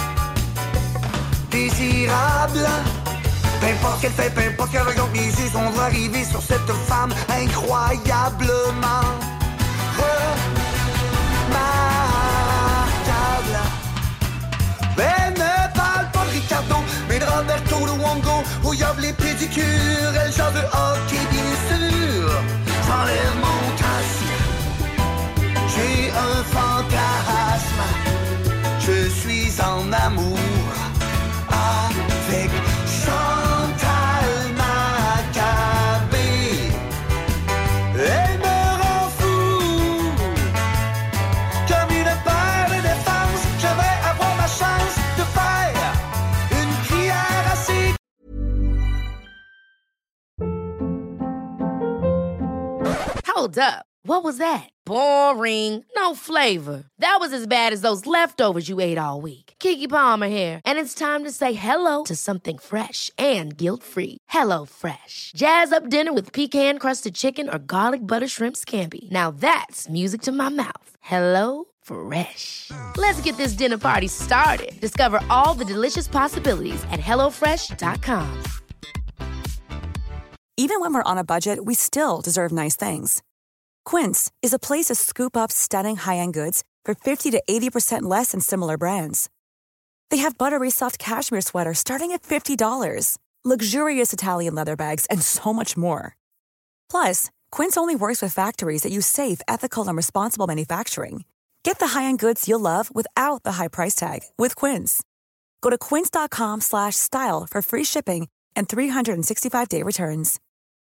désirable. Peu importe ce qu'elle fait, peu importe quelle raison, mes yeux on va arriver sur cette femme incroyablement remarquable. Elle ne parle pas de Ricardo, mais de Roberto Luongo, où y a les pédicures, elle chante de hockey bien sûr. J'enlève mon casque, j'ai un fantasme, je suis en amour avec Chantal Maccabé. Elle me rend fou comme une paire de défense. Je vais avoir ma chance de faire une cuillère assez. Hold up. What was that? Boring. No flavor. That was as bad as those leftovers you ate all week. Keke Palmer here, and it's time to say hello to something fresh and guilt-free. Hello Fresh. Jazz up dinner with pecan-crusted chicken or garlic butter shrimp scampi. Now that's music to my mouth. Hello Fresh. Let's get this dinner party started. Discover all the delicious possibilities at hellofresh.com. Even when we're on a budget, we still deserve nice things. Quince is a place to scoop up stunning high-end goods for 50 to 80% less than similar brands. They have buttery soft cashmere sweaters starting at $50, luxurious Italian leather bags, and so much more. Plus, Quince only works with factories that use safe, ethical, and responsible manufacturing. Get the high-end goods you'll love without the high price tag with Quince. Go to quince.com/style for free shipping and 365-day returns.